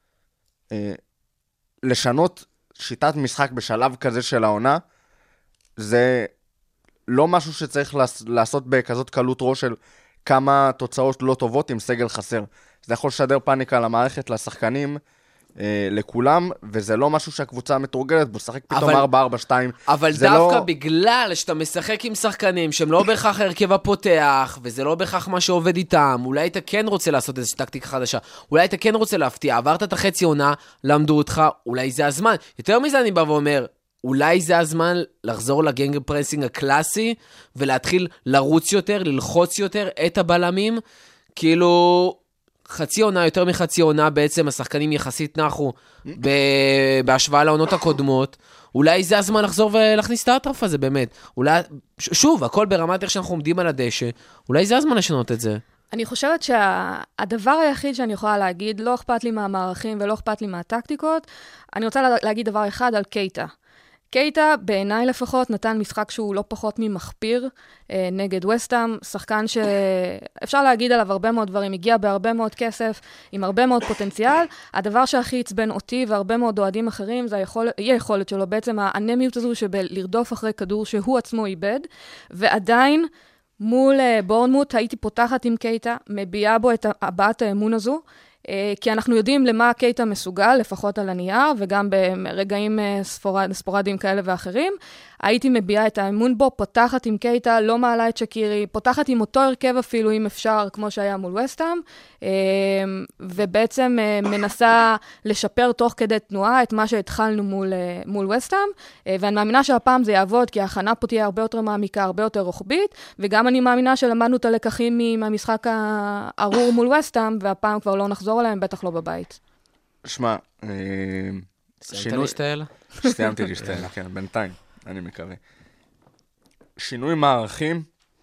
לשנות שיטת משחק בשלב כזה של העונה, זה לא משהו שצריך לעשות בכזאת קלות ראש של כמה תוצאות לא טובות עם סגל חסר. זה יכול לשדר פאניקה למערכת, לשחקנים, אה, לכולם, וזה לא משהו שהקבוצה מתורגלת בו, שחק פתאום ארבע ארבע שתיים. אבל דווקא לא... בגלל שאתה משחק עם שחקנים שהם לא בהכרח הרכב הפותח, וזה לא בהכרח מה שעובד איתם, אולי אתה כן רוצה לעשות איזו טקטיקה חדשה, אולי אתה כן רוצה להפתיע, עברת את החצי עונה, למדו אותך, אולי זה הזמן. יותר מזה אני בא ואומר, אולי זה הזמן לחזור לגנג פרסינג הקלאסי, ולהתחיל לרוץ יותר, ללחוץ יותר את הבלמים, כאילו חצי עונה, יותר מחצי עונה בעצם, השחקנים יחסית נחו בהשוואה לעונות הקודמות, אולי זה הזמן לחזור ולהכניס את האטרף הזה באמת, אולי, שוב, הכל ברמת איך שאנחנו עומדים על הדשא, אולי זה הזמן לשנות את זה. אני חושבת שהדבר היחיד שאני יכולה להגיד, לא אכפת לי מהמערכים ולא אכפת לי מהטקטיקות, אני רוצה להגיד דבר אחד על קייטה. קייטה, בעיניי לפחות, נתן משחק שהוא לא פחות ממחפיר אה, נגד וסטהאם, שחקן שאפשר להגיד עליו הרבה מאוד דברים, הגיע בהרבה מאוד כסף, עם הרבה מאוד פוטנציאל. הדבר שהכי עצבן אותי והרבה מאוד אוהדים אחרים, זה היכול, היא היכולת שלו, בעצם האנמיות הזו שבלרדוף אחרי כדור שהוא עצמו איבד, ועדיין מול אה, בורנמוט הייתי פותחת עם קייטה, מביעה בו את הבעת האמון הזו, כי אנחנו יודעים למה קייטה מסוגל, לפחות על הנייר, וגם ברגעים ספורד, ספורדיים כאלה ואחרים. הייתי מביעה את האמון בו, פותחת עם קייטה, לא מעלה את שקירי, פותחת עם אותו הרכב אפילו, אם אפשר, כמו שהיה מול וסטהאם, ובעצם מנסה לשפר תוך כדי תנועה את מה שהתחלנו מול, מול וסטהאם, ואני מאמינה שהפעם זה יעבוד, כי ההכנה פה תהיה הרבה יותר מעמיקה, הרבה יותר רוחבית, וגם אני מאמינה שלמדנו את הלקחים מהמשחק הארור מול וסטהאם, והפעם כבר לא נחזור עליהם, בטח לא בבית. שמע, סיימת להשתעל? סיימתי להשתעל, כן, בינתיים. אני מקווה. שינוי מערכים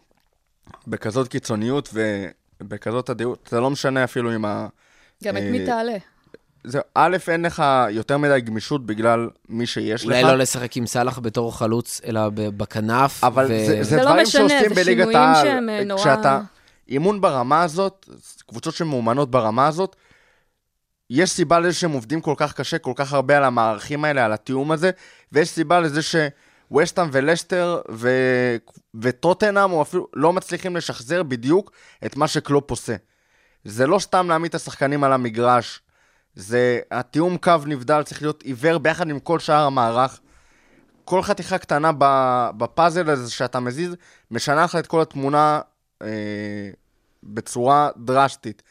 בכזאת קיצוניות ובכזאת עדיות, זה לא משנה אפילו עם ה... גם את מי תעלה. זה, א', אין לך יותר מדי גמישות בגלל מי שיש לך. אולי לא לשחק עם סלח בתור חלוץ, אלא בכנף. אבל זה דברים שעושים בליגת העל. כשאתה אימון ברמה הזאת, קבוצות שמאומנות ברמה הזאת, יש סיבה לזה שהם עובדים כל כך קשה, כל כך הרבה על המערכים האלה, על התיאום הזה, ויש סיבה לזה שווסטהאם ולסטר ו... וטוטנהאם או אפילו לא מצליחים לשחזר בדיוק את מה שקלופ עושה. זה לא סתם להעמיד את השחקנים על המגרש, זה התיאום קו נבדל, צריך להיות עיוור ביחד עם כל שאר המערך. כל חתיכה קטנה בפאזל הזה שאתה מזיז, משנה לך את כל התמונה אה, בצורה דרסטית.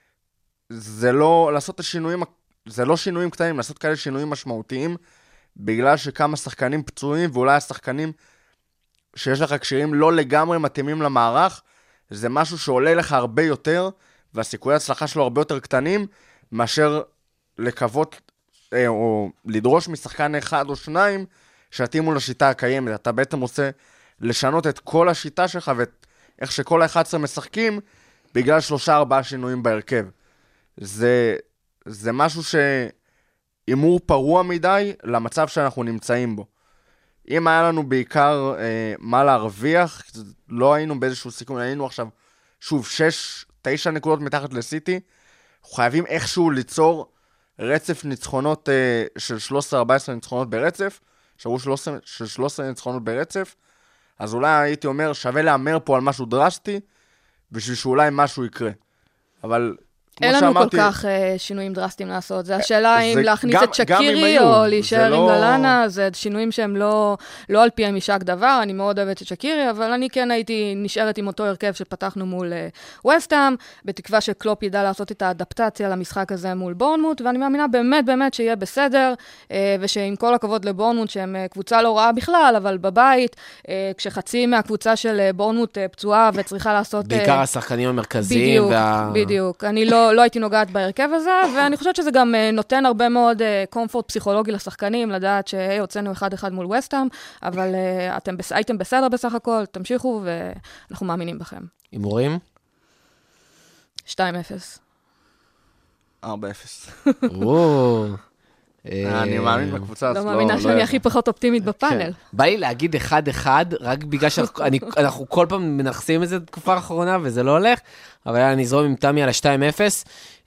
זה לא, לעשות את השינויים, זה לא שינויים קטנים, לעשות כאלה שינויים משמעותיים, בגלל שכמה שחקנים פצועים, ואולי השחקנים שיש לך קשירים לא לגמרי מתאימים למערך, זה משהו שעולה לך הרבה יותר, והסיכויי הצלחה שלו הרבה יותר קטנים, מאשר לקוות, אה, או לדרוש משחקן אחד או שניים, שיתאימו לשיטה הקיימת. אתה בעצם רוצה לשנות את כל השיטה שלך, ואת איך שכל ה-אחד עשר משחקים, בגלל שלושה ארבעה שינויים בהרכב. זה, זה משהו שאימור פרוע מדי למצב שאנחנו נמצאים בו. אם היה לנו בעיקר אה, מה להרוויח, לא היינו באיזשהו סיכון, היינו עכשיו שוב שש, תשע נקודות מתחת לסיטי, אנחנו חייבים איכשהו ליצור רצף ניצחונות אה, של שלוש עשרה ארבע עשרה ניצחונות ברצף, שבוע של שלוש עשרה ניצחונות ברצף, אז אולי הייתי אומר שווה לאמר פה על משהו דרסטי, בשביל שאולי משהו יקרה. אבל אין לנו כל כך שינויים דרסטיים לעשות. זה השאלה אם להכניס את שקירי או להישאר עם גלנה, זה שינויים שהם לא על פי המשק דבר. אני מאוד אוהבת את שקירי, אבל אני כן הייתי נשארת עם אותו הרכב שפתחנו מול ווסטהאם, בתקווה שקלופ ידע לעשות את האדפטציה למשחק הזה מול בורנמוט, ואני מאמינה באמת באמת שיהיה בסדר, ושעם כל הכבוד לבורנמוט, שהם קבוצה לא רעה בכלל, אבל בבית, כשחצי מהקבוצה של בורנמוט פצועה וצריכה לעשות... בעיקר השחקנים המרכזיים. בדיוק, בדיוק. אני לא לא הייתי נוגעת בהרכב הזה, ואני חושבת שזה גם נותן הרבה מאוד קומפורט פסיכולוגי לשחקנים, לדעת שהוצאנו אחד אחד מול ווסטהאם, אבל אתם הייתם בסדר בסך הכל, תמשיכו, ואנחנו מאמינים בכם. הימורים? שתיים אפס. ארבע אפס. וואו. אני מאמין בקבוצה הזאת. לא מאמינה שאני הכי פחות אופטימית בפאנל. בא לי להגיד אחד אחד, רק בגלל שאנחנו כל פעם מנחסים את זה בתקופה האחרונה, וזה לא הולך, אבל אני אזרום עם תמי על ה-שתיים אפס.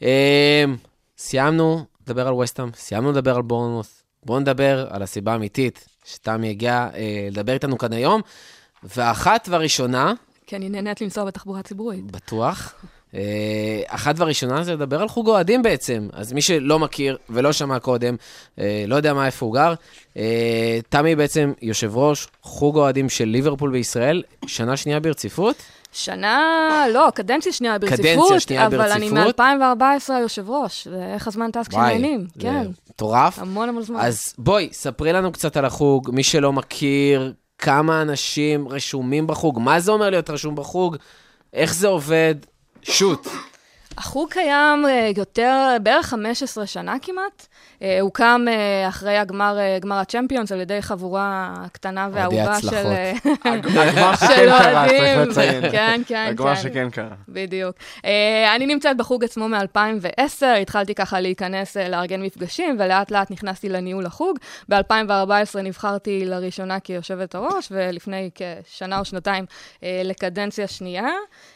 סיימנו לדבר על ווסטהאם, סיימנו לדבר על בורנמות'. בואו נדבר על הסיבה האמיתית, שתמי הגיעה לדבר איתנו כאן היום, והאחת והראשונה... כי אני נהנית לנסוע בתחבורה ציבורית. בטוח. אחת והראשונה זה לדבר על חוג אוהדים בעצם, אז מי שלא מכיר ולא שמע קודם, לא יודע מה איפה הוא גר, תמי בעצם יושב ראש חוג אוהדים של ליברפול בישראל, שנה שנייה ברציפות? שנה, לא, קדנציה שנייה ברציפות, קדנציה שנייה אבל ברציפות. אני מ-אלפיים וארבע עשרה יושב ראש, ואיך הזמן טס כשנהנים, כן. מטורף. המון המון זמן. אז בואי, ספרי לנו קצת על החוג, מי שלא מכיר, כמה אנשים רשומים בחוג, מה זה אומר להיות רשום בחוג, איך זה עובד, שוט. החוג קיים יותר, בערך חמש עשרה שנה כמעט. הוא קם אחרי הגמר, גמר הצ'מפיונס, על ידי חבורה קטנה ואהובה של... הגמר שכן קרה, צריך לציין. כן, כן, הגמר שכן קרה. בדיוק. אני נמצאת בחוג עצמו מ-אלפיים ועשר, התחלתי ככה להיכנס, לארגן מפגשים, ולאט לאט נכנסתי לניהול החוג. ב-אלפיים וארבע עשרה נבחרתי לראשונה כיושבת הראש, ולפני כשנה או שנתיים לקדנציה שנייה.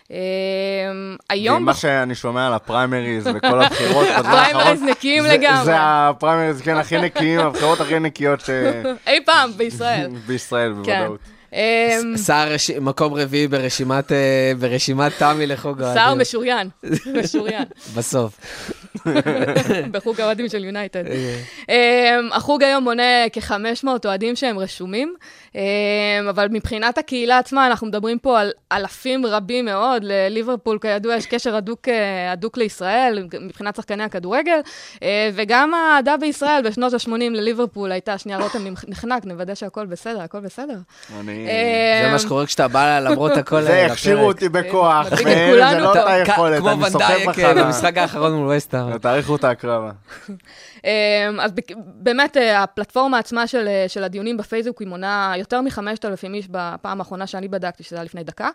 ומה שאני שומע על הפריימריז וכל הבחירות, הפריימריז נקיים לגמרי. זה הפריימריז, כן, הכי נקיים, הבחירות הכי נקיות ש... אי פעם, בישראל. בישראל, בוודאות. שר מקום רביעי ברשימת תמי לחוג האוהדים. שר משוריין, משוריין. בסוף. בחוג האוהדים של יונייטד. החוג היום מונה כ-חמש מאות אוהדים שהם רשומים, אבל מבחינת הקהילה עצמה אנחנו מדברים פה על אלפים רבים מאוד. לליברפול כידוע יש קשר הדוק, הדוק לישראל, מבחינת שחקני הכדורגל, וגם העדה בישראל בשנות ה-שמונים לליברפול הייתה, שנייה רותם נחנק, נוודא שהכל בסדר, הכל בסדר. זה מה שקורה כשאתה בא למרות הכל. זה הכשירו אותי בכוח, זה לא אותה יכולת, אני סוחב בחלה. כמו במשחק האחרון מול ווסטהאם. תאריכו את ההקרבה. אז באמת הפלטפורמה עצמה של, של הדיונים בפייסבוק היא מונה יותר מ-חמשת אלפים איש בפעם האחרונה שאני בדקתי, שזה היה לפני דקה.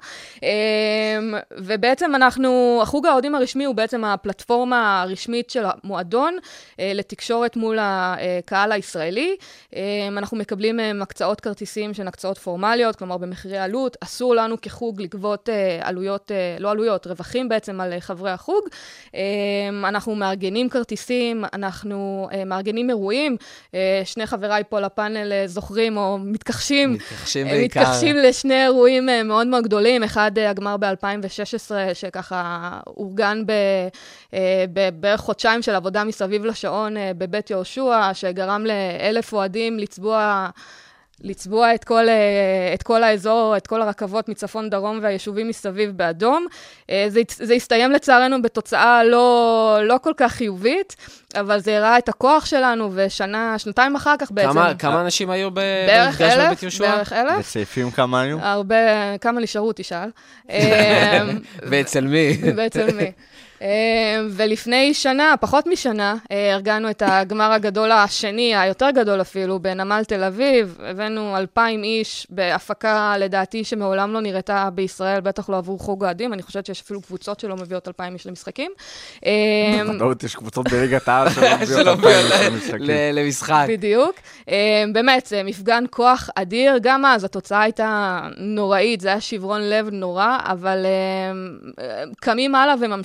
ובעצם אנחנו, החוג האוהדים הרשמי הוא בעצם הפלטפורמה הרשמית של המועדון לתקשורת מול הקהל הישראלי. אנחנו מקבלים הקצאות כרטיסים שהן הקצאות פורמליות, כלומר במחירי עלות. אסור לנו כחוג לגבות עלויות, לא עלויות, רווחים בעצם על חברי החוג. אנחנו מארגנים כרטיסים, אנחנו מארגנים אירועים, שני חבריי פה לפאנל זוכרים או מתכחשים, מתכחשים בעיקר. מתכחשים לשני אירועים מאוד מאוד גדולים, אחד הגמר ב-אלפיים ושש עשרה, שככה אורגן בערך חודשיים של עבודה מסביב לשעון בבית יהושע, שגרם לאלף אוהדים לצבוע... לצבוע את כל, את כל האזור, את כל הרכבות מצפון דרום והיישובים מסביב באדום. זה, זה הסתיים לצערנו בתוצאה לא, לא כל כך חיובית, אבל זה הראה את הכוח שלנו, ושנה, שנתיים אחר כך בעצם... כמה, כמה אנשים היו בערך אלף, בערך אלף. בסעיפים כמה היו? הרבה, כמה נשארו, תשאל. ואצל מי? ואצל מי. ולפני שנה, פחות משנה, ארגנו את הגמר הגדול השני, היותר גדול אפילו, בנמל תל אביב. הבאנו אלפיים איש בהפקה, לדעתי, שמעולם לא נראתה בישראל, בטח לא עבור חוג אוהדים. אני חושבת שיש אפילו קבוצות שלא מביאות אלפיים איש למשחקים. בוודאות, יש קבוצות בליגת העל שלא מביאות אלפיים איש למשחק. בדיוק. באמת, זה מפגן כוח אדיר. גם אז התוצאה הייתה נוראית, זה היה שברון לב נורא, אבל קמים הלאה וממשיכים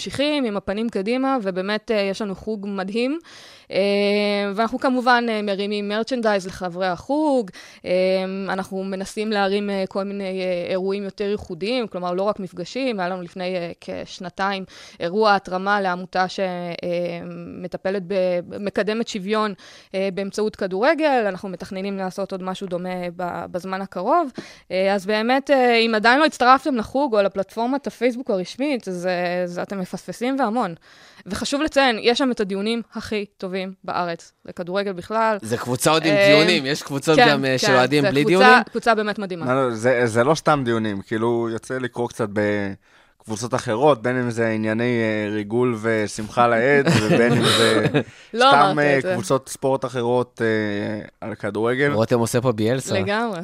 עם הפנים קדימה, ובאמת יש לנו חוג מדהים. ואנחנו כמובן מרימים מרצ'נדייז לחברי החוג, אנחנו מנסים להרים כל מיני אירועים יותר ייחודיים, כלומר לא רק מפגשים, היה לנו לפני כשנתיים אירוע התרמה לעמותה שמטפלת, מקדמת שוויון באמצעות כדורגל, אנחנו מתכננים לעשות עוד משהו דומה בזמן הקרוב, אז באמת אם עדיין לא הצטרפתם לחוג או לפלטפורמת הפייסבוק הרשמית, אז אתם מפספסים והמון. וחשוב לציין, יש שם את הדיונים הכי טובים בארץ, לכדורגל בכלל. זה קבוצה עוד עם דיונים, יש קבוצות גם של אוהדים בלי דיונים? כן, כן, קבוצה באמת מדהימה. זה לא סתם דיונים, כאילו יוצא לקרוא קצת בקבוצות אחרות, בין אם זה ענייני ריגול ושמחה לעד, ובין אם זה סתם קבוצות ספורט אחרות על כדורגל. רותם עושה פה ביאלסה. לגמרי.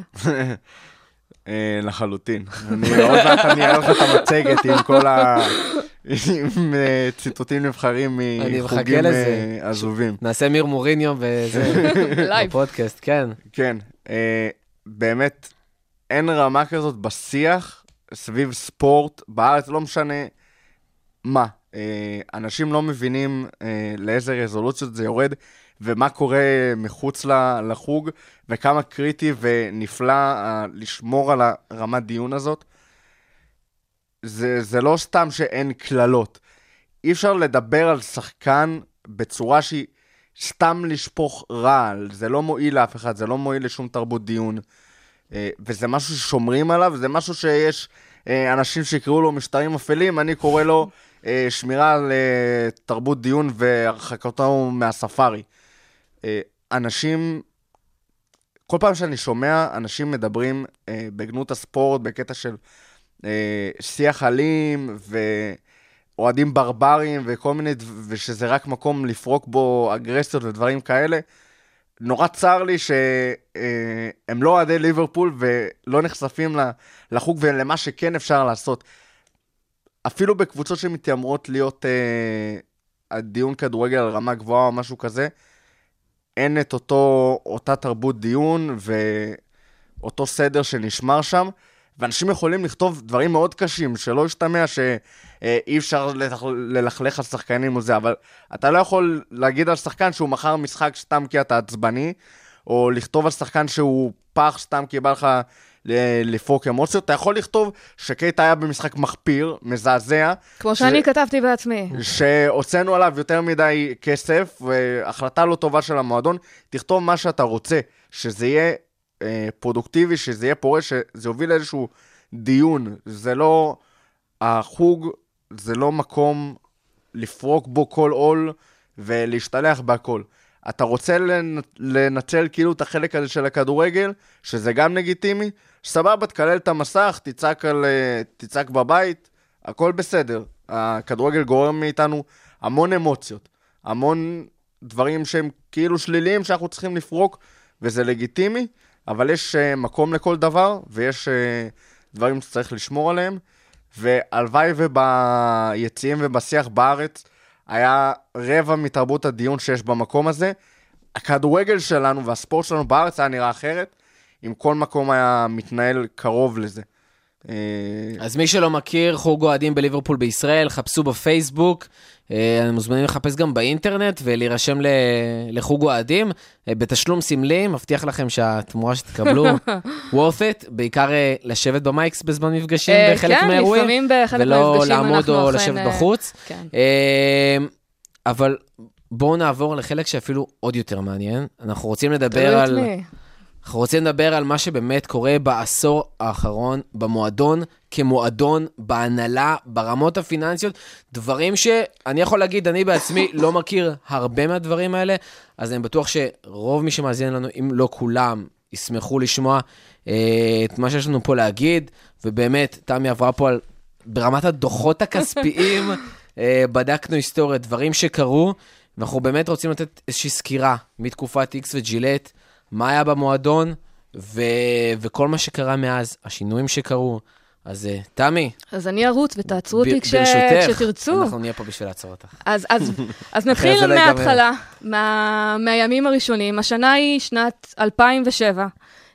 לחלוטין. עוד מעט אני אראה לך את המצגת עם כל ה... עם ציטוטים נבחרים מחוגים עזובים. נעשה מיר מוריניו וזה בפודקאסט, כן. כן, באמת אין רמה כזאת בשיח סביב ספורט בארץ, לא משנה מה. אנשים לא מבינים לאיזה רזולוציות זה יורד, ומה קורה מחוץ לחוג, וכמה קריטי ונפלא לשמור על הרמת דיון הזאת. זה, זה לא סתם שאין כללות. אי אפשר לדבר על שחקן בצורה שהיא סתם לשפוך רעל. זה לא מועיל לאף אחד, זה לא מועיל לשום תרבות דיון. וזה משהו ששומרים עליו, זה משהו שיש אנשים שיקראו לו משטרים אפלים, אני קורא לו שמירה על תרבות דיון והרחקתו מהספארי. אנשים, כל פעם שאני שומע, אנשים מדברים בגנות הספורט, בקטע של שיח אלים ואוהדים ברברים וכל מיני, ושזה רק מקום לפרוק בו אגרסיות ודברים כאלה. נורא צר לי שהם לא אוהדי ליברפול ולא נחשפים לחוג ולמה שכן אפשר לעשות. אפילו בקבוצות שמתיימרות להיות הדיון כדורגל על רמה גבוהה או משהו כזה, אין את אותו, אותה תרבות דיון ואותו סדר שנשמר שם. ואנשים יכולים לכתוב דברים מאוד קשים, שלא ישתמע שאי אפשר ללכלך על שחקנים או זה, אבל אתה לא יכול להגיד על שחקן שהוא מחר משחק סתם כי אתה עצבני, או לכתוב על שחקן שהוא פח סתם כי בא לך לפרוק אמוציות. אתה יכול לכתוב שקייט היה במשחק מחפיר, מזעזע. כמו שאני כתבתי בעצמי. שהוצאנו עליו יותר מדי כסף, והחלטה לא טובה של המועדון. תכתוב מה שאתה רוצה, שזה יהיה פרודוקטיבי, שזה יהיה פורה, שזה הוביל לאיזשהו דיון. זה לא, החוג זה לא מקום לפרוק בו כל עול ולהשתלח בהכל. אתה רוצה לנצל כאילו את החלק הזה של הכדורגל, שזה גם לגיטימי, סבבה, תקלל את המסך, תצעק, על, תצעק בבית, הכל בסדר. הכדורגל גורם מאיתנו המון אמוציות, המון דברים שהם כאילו שליליים שאנחנו צריכים לפרוק, וזה לגיטימי, אבל יש uh, מקום לכל דבר, ויש uh, דברים שצריך לשמור עליהם, והלוואי וביציעים ובשיח בארץ, היה רבע מתרבות הדיון שיש במקום הזה. הכדורגל שלנו והספורט שלנו בארץ היה נראה אחרת, אם כל מקום היה מתנהל קרוב לזה. אז מי שלא מכיר, חוג אוהדים בליברפול בישראל, חפשו בפייסבוק, אני מוזמנים לחפש גם באינטרנט ולהירשם לחוג אוהדים, בתשלום סמלי, מבטיח לכם שהתמורה שתקבלו worth it, בעיקר לשבת במייקס בזמן מפגשים בחלק מהאירועים, ולא לעמוד או לשבת בחוץ. אבל בואו נעבור לחלק שאפילו עוד יותר מעניין, אנחנו רוצים לדבר על... אנחנו רוצים לדבר על מה שבאמת קורה בעשור האחרון, במועדון, כמועדון, בהנהלה, ברמות הפיננסיות, דברים שאני יכול להגיד, אני בעצמי לא מכיר הרבה מהדברים האלה, אז אני בטוח שרוב מי שמאזין לנו, אם לא כולם, ישמחו לשמוע את מה שיש לנו פה להגיד, ובאמת, תמי עברה פה על, ברמת הדוחות הכספיים, בדקנו היסטוריה, דברים שקרו, ואנחנו באמת רוצים לתת איזושהי סקירה מתקופת X וג'ילט, מה היה במועדון, ו... וכל מה שקרה מאז, השינויים שקרו. אז תמי. אז אני ארוץ ותעצרו אותי כש... כשתרצו. אנחנו נהיה פה בשביל לעצור אותך. אז, אז, אז נתחיל מההתחלה, מה... מהימים הראשונים. השנה היא שנת אלפיים ושבע.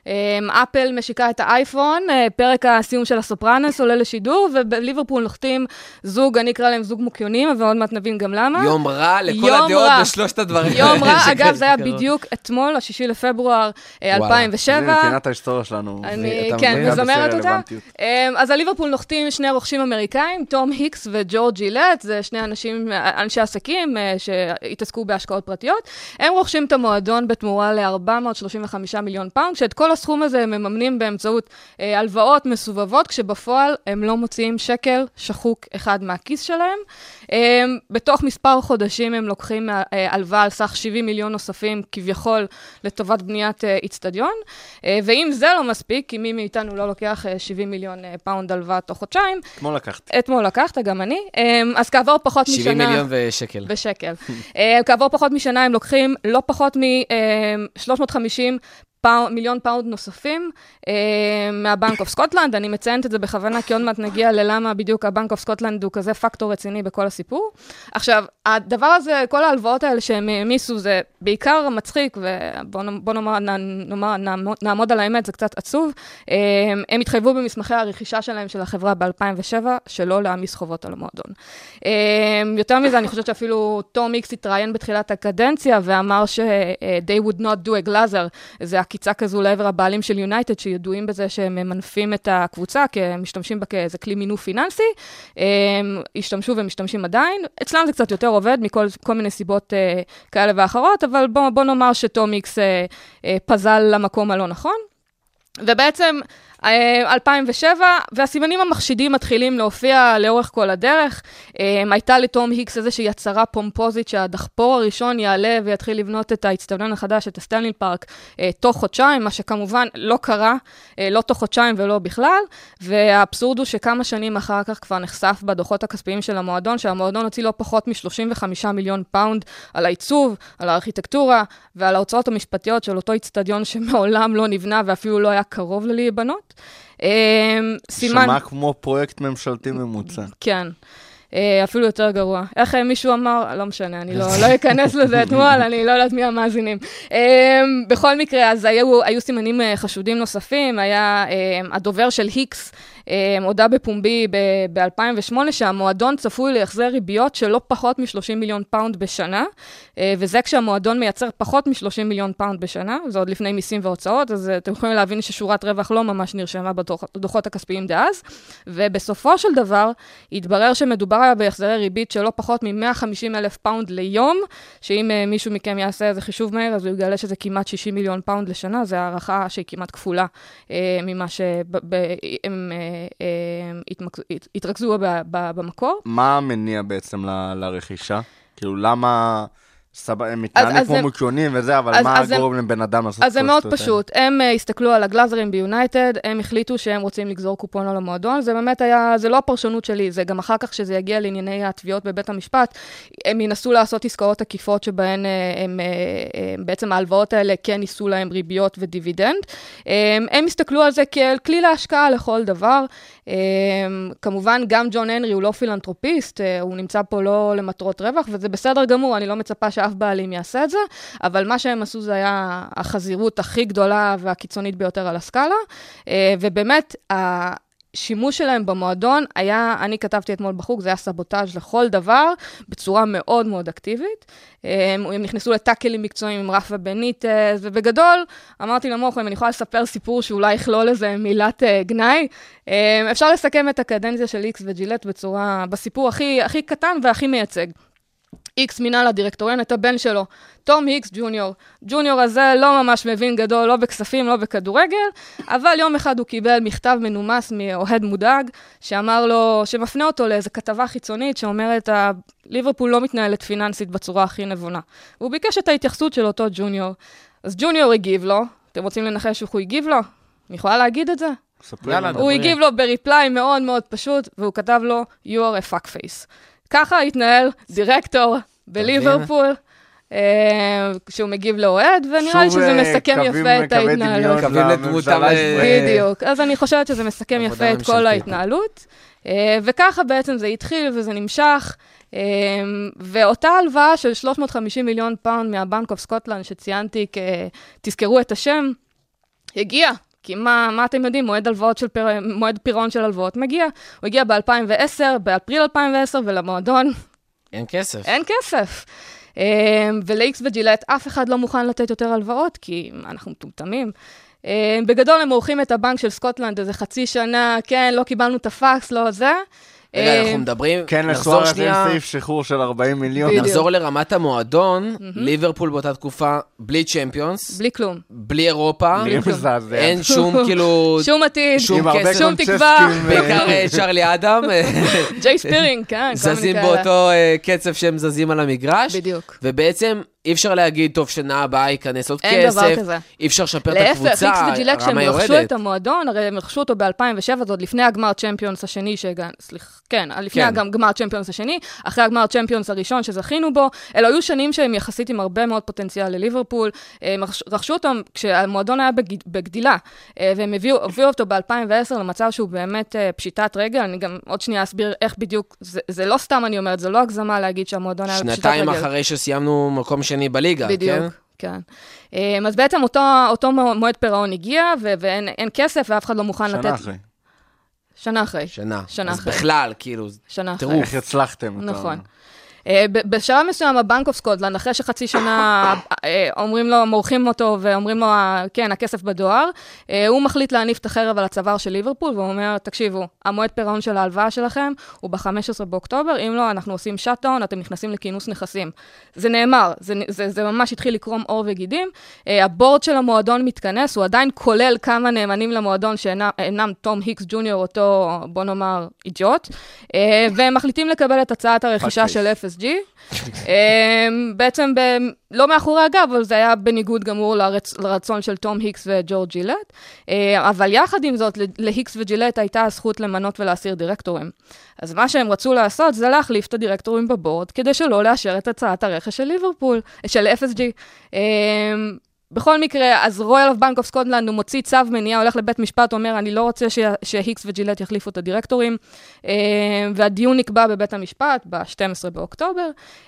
אפל משיקה את האייפון, פרק הסיום של הסופרנס עולה לשידור, ובליברפול נוחתים זוג, אני אקרא להם זוג מוקיונים, אבל עוד מעט נבין גם למה. יום רע לכל הדעות בשלושת הדברים. יום רע, אגב, זה היה בדיוק אתמול, השישי לפברואר אלפיים ושבע. מבחינת ההיסטוריה שלנו. כן, מזמרת אותה. אז הליברפול נוחתים שני רוכשים אמריקאים, תום היקס וג'ורג' ג'ילט, זה שני אנשים, אנשי עסקים שהתעסקו בהשקעות פרטיות. הם רוכשים את המועדון בתמורה ל-ארבע מאות שלושים וחמישה מיליון פאונד, שאת כל הסכום הזה הם מממנים באמצעות אה, הלוואות מסובבות, כשבפועל הם לא מוציאים שקל שחוק אחד מהכיס שלהם. אה, בתוך מספר חודשים הם לוקחים אה, הלוואה על סך שבעים מיליון נוספים, כביכול לטובת בניית אה, אצטדיון. אה, ואם זה לא מספיק, כי מי מאיתנו לא לוקח אה, שבעים מיליון אה, פאונד הלוואה תוך חודשיים. אתמול לקחתי. אתמול לקחת, גם אני. אה, אז כעבור פחות משנה... שבעים מיליון ושקל. ושקל. אה, כעבור פחות משנה הם לוקחים לא פחות מ-שלוש מאות וחמישים פאונד, מיליון פאונד נוספים אה, מהבנק אוף סקוטלנד. אני מציינת את זה בכוונה, כי עוד מעט נגיע ללמה בדיוק הבנק אוף סקוטלנד הוא כזה פקטור רציני בכל הסיפור. עכשיו, הדבר הזה, כל ההלוואות האלה שהם העמיסו, זה בעיקר מצחיק, ובוא נאמר, נאמר, נעמוד על האמת, זה קצת עצוב. אה, הם התחייבו במסמכי הרכישה שלהם של החברה ב-אלפיים ושבע, שלא להעמיס חובות על המועדון. אה, יותר מזה, אני חושבת שאפילו תום איקס התראיין בתחילת הקדנציה, ואמר ש- they would not do a glazer, זה קיצה כזו לעבר הבעלים של יונייטד, שידועים בזה שהם מנפים את הקבוצה, כי הם משתמשים בה כאיזה כלי מינוף פיננסי, הם השתמשו ומשתמשים עדיין. אצלם זה קצת יותר עובד, מכל כל מיני סיבות אה, כאלה ואחרות, אבל בוא, בוא נאמר שתום איקס אה, אה, פזל למקום הלא נכון. ובעצם אלפיים ושבע, והסימנים המחשידים מתחילים להופיע לאורך כל הדרך. הייתה לתום היקס איזושהי יצרה פומפוזית שהדחפור הראשון יעלה ויתחיל לבנות את האצטדיון החדש, את הסטנלי פארק, תוך חודשיים, מה שכמובן לא קרה, לא תוך חודשיים ולא בכלל, והאבסורד הוא שכמה שנים אחר כך כבר נחשף בדוחות הכספיים של המועדון, שהמועדון הוציא לא פחות מ-שלושים וחמישה מיליון פאונד על העיצוב, על הארכיטקטורה ועל ההוצאות המשפטיות של אותו אצטדיון שמעולם לא נבנה ואפילו לא היה קרוב ללהיבנות. שמע כמו פרויקט ממשלתי ממוצע. כן. אפילו יותר גרוע. איך מישהו אמר, לא משנה, אני לא אכנס לזה אתמול, אני לא יודעת מי המאזינים. בכל מקרה, אז היו סימנים חשודים נוספים, היה הדובר של היקס, הודע בפומבי ב-אלפיים ושמונה, שהמועדון צפוי ליחזר ריביות של לא פחות מ-שלושים מיליון פאונד בשנה, וזה כשהמועדון מייצר פחות מ-שלושים מיליון פאונד בשנה, זה עוד לפני מיסים והוצאות, אז אתם יכולים להבין ששורת רווח לא ממש נרשמה בדוחות הכספיים דאז, ובסופו של דבר, התברר שמדובר היה בהחזרי ריבית של לא פחות מ-מאה וחמישים אלף פאונד ליום, שאם מישהו מכם יעשה איזה חישוב מהר, אז הוא יגלה שזה כמעט שישים מיליון פאונד לשנה, זו הערכה שהיא כמעט כפולה ממה שהם התרכזו במקור. מה המניע בעצם לרכישה? כאילו, למה הם מתנהלים כמו מוקיונים וזה, אבל מה גורם לבן אדם לעשות? אז זה מאוד פשוט. הם הסתכלו על הגלאזרים ביונייטד, הם החליטו שהם רוצים לגזור קופון על המועדון, זה באמת היה, זה לא הפרשנות שלי, זה גם אחר כך שזה יגיע לענייני התביעות בבית המשפט, הם ינסו לעשות עסקאות עקיפות שבהן הם, בעצם ההלוואות האלה כן ניסו להם ריביות ודיבידנד. הם הסתכלו על זה כאל כלי להשקעה לכל דבר. כמובן, גם ג'ון הנרי הוא לא פילנטרופיסט, הוא נמצא פה לא למטרות רווח, וזה בסדר גמור, אני לא מצפה שאף בעלים יעשה את זה, אבל מה שהם עשו זה היה החזירות הכי גדולה והקיצונית ביותר על הסקאלה, ובאמת, השימוש שלהם במועדון היה, אני כתבתי אתמול בחוג, זה היה סבוטאז' לכל דבר, בצורה מאוד מאוד אקטיבית. הם, הם נכנסו לטאקלים מקצועיים עם רפה בניטז, ובגדול, אמרתי למוח, אם אני יכולה לספר סיפור שאולי יכלול איזה מילת uh, גנאי, um, אפשר לסכם את הקדנציה של איקס וג'ילט בצורה, בסיפור הכי, הכי קטן והכי מייצג. איקס מינה לדירקטוריון את הבן שלו, תום היקס ג'וניור. ג'וניור הזה לא ממש מבין גדול, לא בכספים, לא בכדורגל, אבל יום אחד הוא קיבל מכתב מנומס מאוהד מודאג, שאמר לו, שמפנה אותו לאיזו כתבה חיצונית, שאומרת, ליברפול לא מתנהלת פיננסית בצורה הכי נבונה. והוא ביקש את ההתייחסות של אותו ג'וניור. אז ג'וניור הגיב לו, אתם רוצים לנחש איך הוא הגיב לו? אני יכולה להגיד את זה? הוא הגיב לו בריפליי מאוד מאוד פשוט, והוא כתב לו, you are a fuck face. ככה התנהל דירקטור בליברפול, שהוא מגיב לאוהד, ונראה לי שזה מסכם יפה את ההתנהלות. קווים לדמותם. בדיוק. אז אני חושבת שזה מסכם יפה את כל ההתנהלות. וככה בעצם זה התחיל וזה נמשך. ואותה הלוואה של שלוש מאות וחמישים מיליון פאונד מהבנק אוף סקוטלנד, שציינתי, תזכרו את השם, הגיע. כי מה, מה אתם יודעים? מועד הלוואות של פיר... מועד פירעון של הלוואות מגיע. הוא הגיע ב-אלפיים ועשר, באפריל אלפיים ועשר, ולמועדון... אין כסף. אין כסף. ול-X וג'ילט אף אחד לא מוכן לתת יותר הלוואות, כי אנחנו מטומטמים. בגדול הם עורכים את הבנק של סקוטלנד איזה חצי שנה, כן, לא קיבלנו את הפקס, לא זה. רגע, אנחנו מדברים, כן, נחזור שנייה. סעיף שחרור של ארבעים מיליון. נחזור לרמת המועדון, ליברפול באותה תקופה, בלי צ'מפיונס. בלי כלום. בלי אירופה. בלי מזעזע. אין שום כאילו... שום עתיד. שום כסף. שום תקווה. בעיקר צ'רלי אדם. ג'יי ספירינג, כן. זזים באותו קצב שהם זזים על המגרש. בדיוק. ובעצם אי אפשר להגיד, טוב, שנה הבאה ייכנס עוד כסף. אין דבר כזה. אי אפשר לשפר את הקבוצה, להפך, X וג'ילט כשהם רכשו את המועדון, הרי הם רכשו אותו ב-אלפיים ושבע, זאת לפני הגמר צ'מפיונס השני שהגענו, סליחה, כן, לפני הגמר צ'מפיונס השני, אחרי הגמר צ'מפיונס הראשון שזכינו בו, אלו היו שנים שהם יחסית עם הרבה מאוד פוטנציאל לליברפול, הם רכשו אותם כשהמועדון היה בגדילה, והם הביאו אותו ב-אלפיים ועשר למצב שהוא באמת פשיטת רגל, אני גם עוד שנייה אסביר איך בדיוק, זה לא סתם אני אומרת, זה לא הגזמה להגיד שהמועדון היה פשיטת רגל. שנתיים אחרי שסיימנו מקום שני בליגה, בדיוק, כן? כן. אז בעצם אותו, אותו מועד פירעון הגיע, ואין אין כסף, ואף אחד לא מוכן שנה לתת... שנה אחרי. שנה אחרי. שנה. שנה אז אחרי. בכלל, כאילו, שנה אחרי. טירוף. איך הצלחתם? נכון. בשלב מסוים, הבנק אוף סקוטלנד, אחרי שחצי שנה אומרים לו, מורחים אותו ואומרים לו, כן, הכסף בדואר, הוא מחליט להניף את החרב על הצוואר של ליברפול, והוא אומר, תקשיבו, המועד פירעון של ההלוואה שלכם הוא ב-חמישה עשר באוקטובר, אם לא, אנחנו עושים שאט-דאון, אתם נכנסים לכינוס נכסים. זה נאמר, זה, זה, זה ממש התחיל לקרום אור וגידים. הבורד של המועדון מתכנס, הוא עדיין כולל כמה נאמנים למועדון שאינם תום היקס ג'וניור, אותו, בוא נאמר, אידיוט, והם מחליטים לקבל את הצעת הרכישה של אף אס ג'י. בעצם לא מאחורי הגב, אבל זה היה בניגוד גמור לרצון של תום היקס וג'ורג' ג'ילט. אבל יחד עם זאת, להיקס וג'ילט הייתה הזכות למנות ולהסיר דירקטורים. אז מה שהם רצו לעשות זה להחליף את הדירקטורים בבורד, כדי שלא לאשר את הצעת הרכש של ליברפול, של אף אס ג'י. בכל מקרה, אז רויאל אוף בנק אוף סקוטלנד, הוא מוציא צו מניעה, הולך לבית משפט, אומר, אני לא רוצה שהיקס וג'ילט יחליפו את הדירקטורים, והדיון נקבע בבית המשפט, ב-שנים עשר באוקטובר,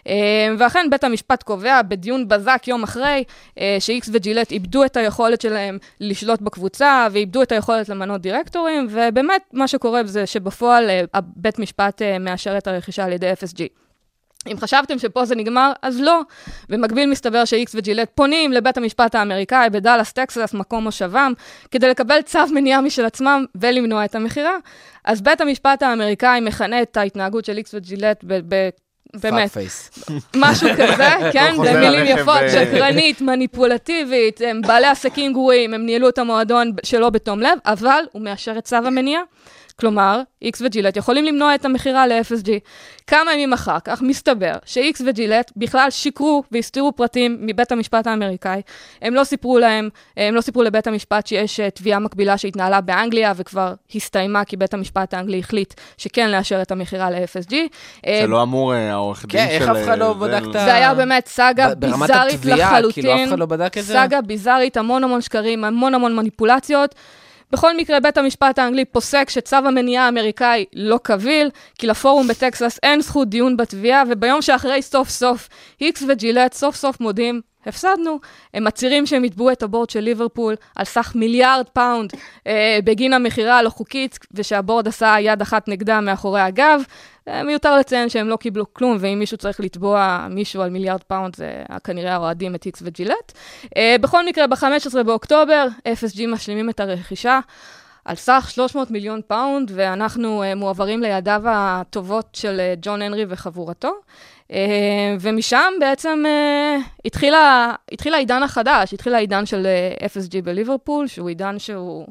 ואכן בית המשפט קובע, בדיון בזק יום אחרי, שאיקס וג'ילט איבדו את היכולת שלהם לשלוט בקבוצה, ואיבדו את היכולת למנות דירקטורים, ובאמת מה שקורה זה שבפועל בית משפט מאשר את הרכישה על ידי אף אס ג'י. אם חשבתם שפה זה נגמר, אז לא. במקביל מסתבר שאיקס וג'ילט פונים לבית המשפט האמריקאי בדלס, טקסס, מקום מושבם, כדי לקבל צו מניעה משל עצמם ולמנוע את המחירה. אז בית המשפט האמריקאי מכנה את ההתנהגות של איקס וג'ילט ב... ב- באמת, משהו כזה, כן, במילים יפות, שקרנית, מניפולטיבית, הם בעלי עסקים גרועים, הם ניהלו את המועדון שלא בתום לב, אבל הוא מאשר את צו המניעה. כלומר, X וג'ילט יכולים למנוע את המחירה ל-אף אס ג'י. כמה ימים אחר כך מסתבר ש-X וג'ילט בכלל שיקרו והסתירו פרטים מבית המשפט האמריקאי. הם לא סיפרו להם, הם לא סיפרו לבית המשפט שיש תביעה מקבילה שהתנהלה באנגליה וכבר הסתיימה כי בית המשפט האנגלי החליט שכן לאשר את המחירה ל-אף אס ג'י. זה לא אמור העורך דין של... כן, איך אף אחד לא בדק את ה... זה היה באמת סאגה ביזארית לחלוטין. כאילו אף אחד לא בדק את זה? סאגה ביזארית, המון המון שקרים, המון המון מניפולציות. בכל מקרה, בית המשפט האנגלי פוסק שצו המניעה האמריקאי לא קביל, כי לפורום בטקסס אין זכות דיון בתביעה, וביום שאחרי סוף סוף, היקס וג'ילט סוף סוף מודים, הפסדנו. הם מצהירים שהם יתבעו את הבורד של ליברפול על סך מיליארד פאונד אה, בגין המחירה הלא חוקית, ושהבורד עשה יד אחת נגדה מאחורי הגב. מיותר לציין שהם לא קיבלו כלום, ואם מישהו צריך לתבוע מישהו על מיליארד פאונד, זה כנראה האוהדים את איקס וג'ילט. אה, בכל מקרה, ב-חמישה עשר באוקטובר, אף אס ג'י משלימים את הרכישה על סך שלוש מאות מיליון פאונד, ואנחנו אה, מועברים לידיו הטובות של אה, ג'ון הנרי וחבורתו. Uh, ומשם בעצם uh, התחילה, התחילה העידן החדש, התחילה העידן של uh, אף אס ג'י בליברפול, שהוא עידן שהוא...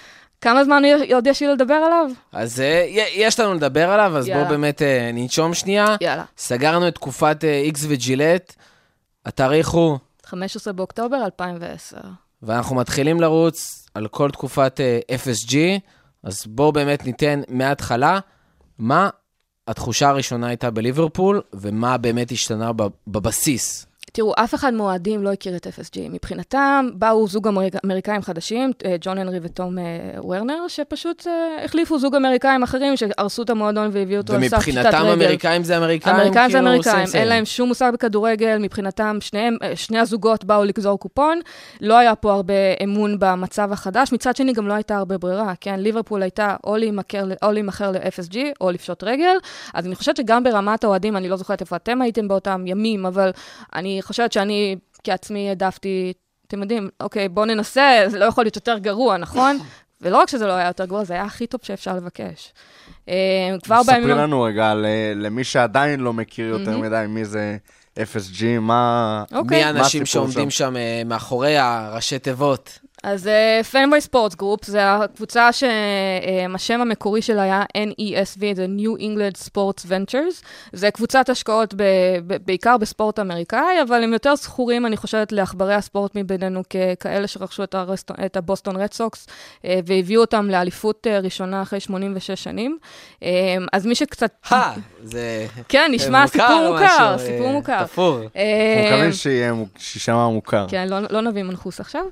כמה זמן עוד יש לי לדבר עליו? אז uh, יש לנו לדבר עליו, אז בואו באמת uh, ננשום שנייה. יאללה. סגרנו את תקופת uh, איקס וג'ילט, התאריך הוא... חמישה עשר באוקטובר אלפיים ועשר. ואנחנו מתחילים לרוץ על כל תקופת uh, אף אס ג'י, אז בואו באמת ניתן מההתחלה מה... התחושה הראשונה הייתה בליברפול, ומה באמת השתנה בבסיס? תראו, אף אחד מועדים לא הכיר את אף אס ג'י. מבחינתם, באו זוג אמריקאים חדשים, ג'ון הנרי וטום וורנר, שפשוט החליפו זוג אמריקאים אחרים, שהרסו את המועדון והביאו אותו על סף שיטת רגל. ומבחינתם אמריקאים זה אמריקאים? אמריקאים זה אמריקאים, אין להם שום מושג בכדורגל, מבחינתם שניהם, שני הזוגות באו לגזור קופון, לא היה פה הרבה אמון במצב החדש, מצד שני גם לא הייתה הרבה ברירה, כן? ליברפול הייתה או להימכר ל-אף אס ג'י, או לפשוט רגל, אז אני חושבת שגם ברמת האוהדים, אני לא זוכרת איפה אתם הייתם באותם ימים, אבל אני חושבת שאני כעצמי העדפתי, אתם יודעים, אוקיי, בואו ננסה, זה לא יכול להיות יותר גרוע, נכון? ולא רק שזה לא היה יותר גרוע, זה היה הכי טוב שאפשר לבקש. ספרי לנו רגע, למי שעדיין לא מכיר יותר מדי מי זה אף אס ג'י, מה מי האנשים שעומדים שם מאחורי הראשי תיבות? אז פנבוי ספורטס גרופ, זה הקבוצה שהשם המקורי שלה היה אן אי אס וי, זה New England Sports Ventures. זה קבוצת השקעות בעיקר בספורט אמריקאי, אבל הם יותר זכורים, אני חושבת, לאחברי הספורט מבינינו ככאלה שרכשו את הבוסטון רד סוקס, והביאו אותם לאליפות ראשונה אחרי שמונים ושש שנים. אז מי שקצת... אה, זה... כן, נשמע סיפור מוכר, סיפור מוכר. תפור. אנחנו מקווים שישמע מוכר. כן, לא נביא מנחוס עכשיו.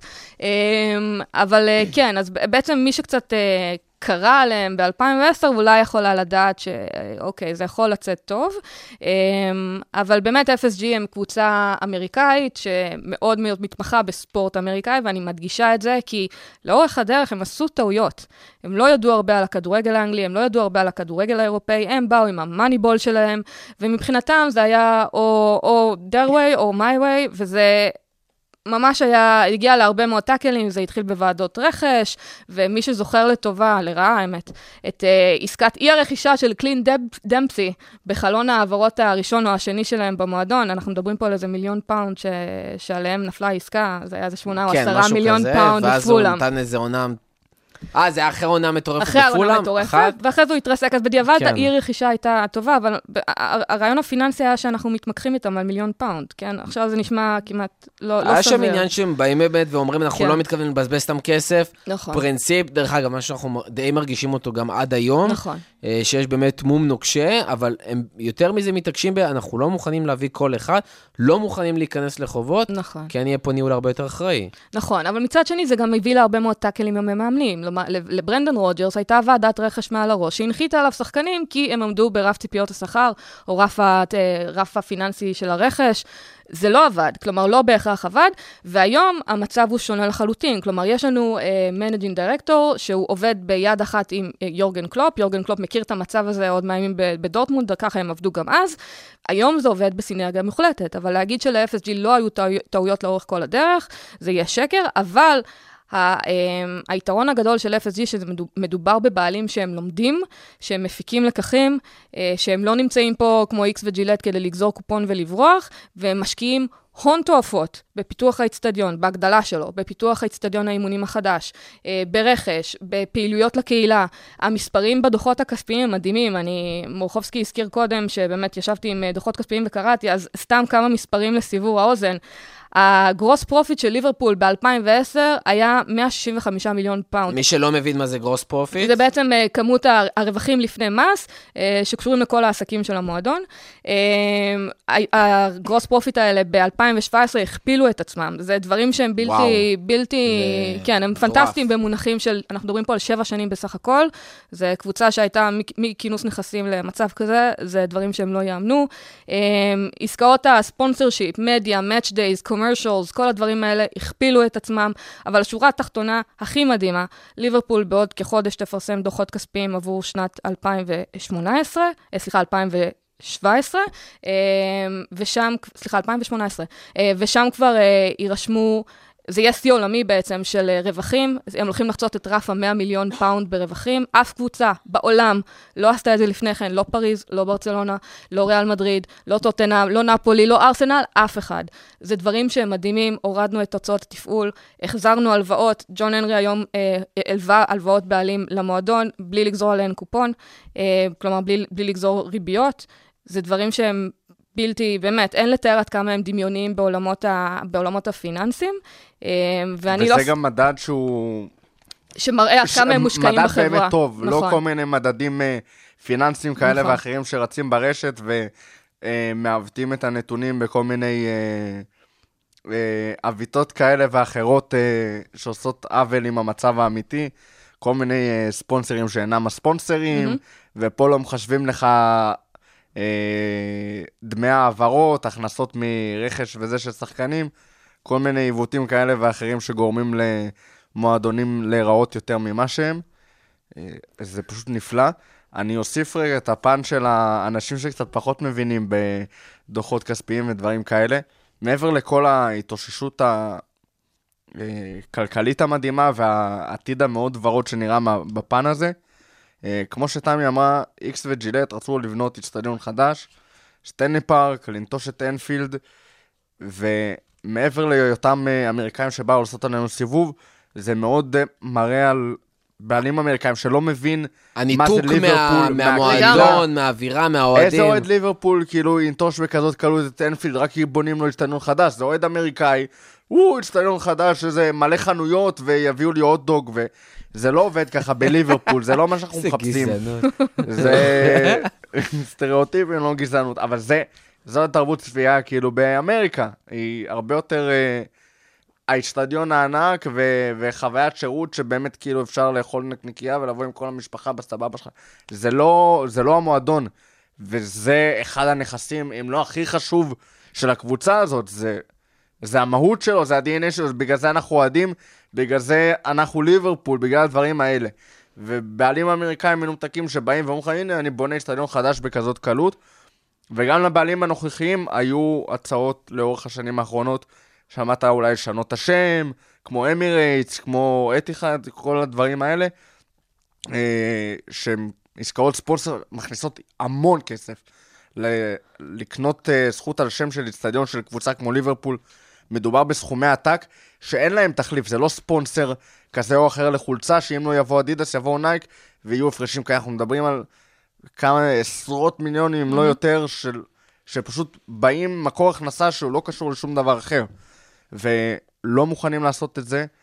אבל כן, אז בעצם מי שקצת קרא עליהם ב-אלפיים ועשר, אולי יכולה לדעת שאוקיי, זה יכול לצאת טוב, אבל באמת אף אס ג'י הם קבוצה אמריקאית, שמאוד מאוד מתמחה בספורט אמריקאי, ואני מדגישה את זה, כי לאורך הדרך הם עשו טעויות. הם לא ידעו הרבה על הכדורגל האנגלי, הם לא ידעו הרבה על הכדורגל האירופאי, הם באו עם המאניבול שלהם, ומבחינתם זה היה או, או their way או my way, וזה... ממש היה, הגיע להרבה מאוד טאקלים, זה התחיל בוועדות רכש, ומי שזוכר לטובה, לרעה האמת, את uh, עסקת אי הרכישה של קלין דב, דמפסי, בחלון העברות הראשון או השני שלהם במועדון, אנחנו מדברים פה על איזה מיליון פאונד ש... שעליהם נפלה העסקה, זה היה איזה שמונה או עשרה מיליון פאונד בפולאם. ואז הוא נתן איזה עונה... אה, זה היה אחרי עונה מטורפת בפולאם? אחרי עונה מטורפת, ואחרי זה הוא התרסק, אז בדיעבד האי רכישה הייתה טובה, אבל הרעיון הפיננסי היה שאנחנו מתמקחים איתם על מיליון פאונד, כן? עכשיו זה נשמע כמעט לא סביר. היה שם עניין שהם באים באמת ואומרים, אנחנו לא מתכוונים לבזבז סתם כסף. נכון. פרינציפ, דרך אגב, מה שאנחנו די מרגישים אותו גם עד היום, נכון. שיש באמת מום נוקשה, אבל הם יותר מזה מתעקשים, אנחנו לא מוכנים להביא כל אחד, לא מוכנים להיכנס לחובות, נכון. כי אני אהיה פה ניהול הרבה יותר אחראי. נכון, אבל מצד שני זה גם מביא להרבה מאוד טאקלים עם המאמנים. לברנדן רוג'רס הייתה ועדת רכש מעל הראש, שהנחיתה עליו שחקנים, כי הם עמדו ברף ציפיות השכר, או רף, רף הפיננסי של הרכש. זה לא עבד, כלומר לא בהכרח עבד, והיום המצב הוא שונה לחלוטין, כלומר יש לנו מנג'ינג uh, דירקטור, שהוא עובד ביד אחת עם uh, יורגן קלופ, יורגן קלופ מכיר את המצב הזה עוד מהימים בדורטמונד, ככה הם עבדו גם אז, היום זה עובד בסינרגיה מוחלטת, אבל להגיד של-אף אס ג'י לא היו טעויות לאורך כל הדרך, זה יהיה שקר, אבל... היתרון הגדול של אף אס ג'י שזה מדובר בבעלים שהם לומדים, שהם מפיקים לקחים, שהם לא נמצאים פה כמו איקס וג'ילט כדי לגזור קופון ולברוח, והם משקיעים הון תועפות בפיתוח האצטדיון, בהגדלה שלו, בפיתוח האצטדיון האימונים החדש, ברכש, בפעילויות לקהילה. המספרים בדוחות הכספיים הם מדהימים. אני, מורחובסקי הזכיר קודם שבאמת ישבתי עם דוחות כספיים וקראתי, אז סתם כמה מספרים לסיבור האוזן. הגרוס פרופיט של ליברפול ב-אלפיים ועשר היה מאה שישים וחמישה מיליון פאונד. מי שלא מבין מה זה גרוס פרופיט? זה בעצם uh, כמות הרווחים לפני מס, uh, שקשורים לכל העסקים של המועדון. Uh, הגרוס פרופיט האלה ב-אלפיים שבע עשרה הכפילו את עצמם. זה דברים שהם בלתי, וואו. בלתי, זה כן, הם מטורף. פנטסטיים במונחים של, אנחנו מדברים פה על שבע שנים בסך הכל. זה קבוצה שהייתה מכינוס נכסים למצב כזה, זה דברים שהם לא יאמנו. Uh, עסקאות הספונסרשיפ, מדיה, מאץ' דייז, commercials, כל הדברים האלה הכפילו את עצמם, אבל השורה התחתונה הכי מדהימה, ליברפול בעוד כחודש תפרסם דוחות כספיים עבור שנת אלפיים ושמונה עשרה, סליחה, אלפיים שבע עשרה, ושם, סליחה, אלפיים ושמונה עשרה, ושם כבר יירשמו, זה יהיה שיא עולמי בעצם של רווחים, הם הולכים לחצות את רף ה-מאה מיליון פאונד ברווחים, אף קבוצה בעולם לא עשתה את זה לפני כן, לא פריז, לא ברצלונה, לא ריאל מדריד, לא טוטנהאם, לא נפולי, לא ארסנל, אף אחד. זה דברים שהם מדהימים, הורדנו את תוצאות התפעול, החזרנו הלוואות, ג'ון הנרי היום אה, הלווה הלוואות בעלים למועדון, בלי לגזור עליהן קופון, אה, כלומר בלי, בלי לגזור ריביות, זה דברים שהם בלתי, באמת, אין לתאר עד כמה הם דמיוניים בעולמות, ה, בעולמות הפיננסיים, ואני וזה לא... גם מדד שהוא... שמראה עד כמה הם מושקעים בחברה. מדד באמת טוב, נכון. לא כל מיני מדדים פיננסיים כאלה נכון. ואחרים שרצים ברשת, אה, מעוותים את הנתונים בכל מיני אה, אה, אביתות כאלה ואחרות אה, שעושות עוול עם המצב האמיתי, כל מיני אה, ספונסרים שאינם הספונסרים, mm-hmm. ופה לא מחשבים לך אה, דמי העברות, הכנסות מרכש וזה של שחקנים, כל מיני עיוותים כאלה ואחרים שגורמים למועדונים להיראות יותר ממה שהם. אה, זה פשוט נפלא. אני אוסיף רגע את הפן של האנשים שקצת פחות מבינים בדוחות כספיים ודברים כאלה. מעבר לכל ההתאוששות הכלכלית המדהימה והעתיד המאוד ורוד שנראה בפן הזה, כמו שתמי אמרה, איקס וג'ילט רצו לבנות אצטדיון חדש, סטנלי פארק, לנטוש את אנפילד, ומעבר להיותם אמריקאים שבאו לעשות עלינו סיבוב, זה מאוד מראה על בעלים אמריקאים שלא מבין מה זה ליברפול. מהמועדון, מהאווירה, מהאוהדים. איזה אוהד ליברפול, כאילו, ינטוש בכזאת קלות את אנפילד, רק כי בונים לו אצטדיון חדש. זה אוהד אמריקאי, הוא אצטדיון חדש, שזה מלא חנויות, ויביאו לי עוד דוג, וזה לא עובד ככה בליברפול, זה לא מה שאנחנו מחפשים. זה סטריאוטיפים, לא גזענות, אבל זה, זו התרבות צפייה, כאילו, באמריקה. היא הרבה יותר... האצטדיון הענק ו- וחוויית שירות שבאמת כאילו אפשר לאכול נקניקייה ולבוא עם כל המשפחה בסבבה שלך. זה לא, זה לא המועדון, וזה אחד הנכסים, אם לא הכי חשוב של הקבוצה הזאת, זה, זה המהות שלו, זה ה-די אן איי שלו, בגלל זה אנחנו אוהדים, בגלל זה אנחנו ליברפול, בגלל הדברים האלה. ובעלים אמריקאים מנותקים שבאים ואומרים לך, הנה אני בונה אצטדיון חדש בכזאת קלות, וגם לבעלים הנוכחיים היו הצעות לאורך השנים האחרונות, שמעת אולי לשנות את השם, כמו אמירייטס, כמו אתיחד, כל הדברים האלה, שהן עסקאות ספונסר מכניסות המון כסף. לקנות זכות על שם של אצטדיון של קבוצה כמו ליברפול, מדובר בסכומי עתק שאין להם תחליף, זה לא ספונסר כזה או אחר לחולצה, שאם לא יבוא אדידס, יבוא נייק, ויהיו הפרשים כאלה. אנחנו מדברים על כמה עשרות מיליונים, אם לא יותר, של, שפשוט באים מקור הכנסה שהוא לא קשור לשום דבר אחר. ולא מוכנים לעשות את זה,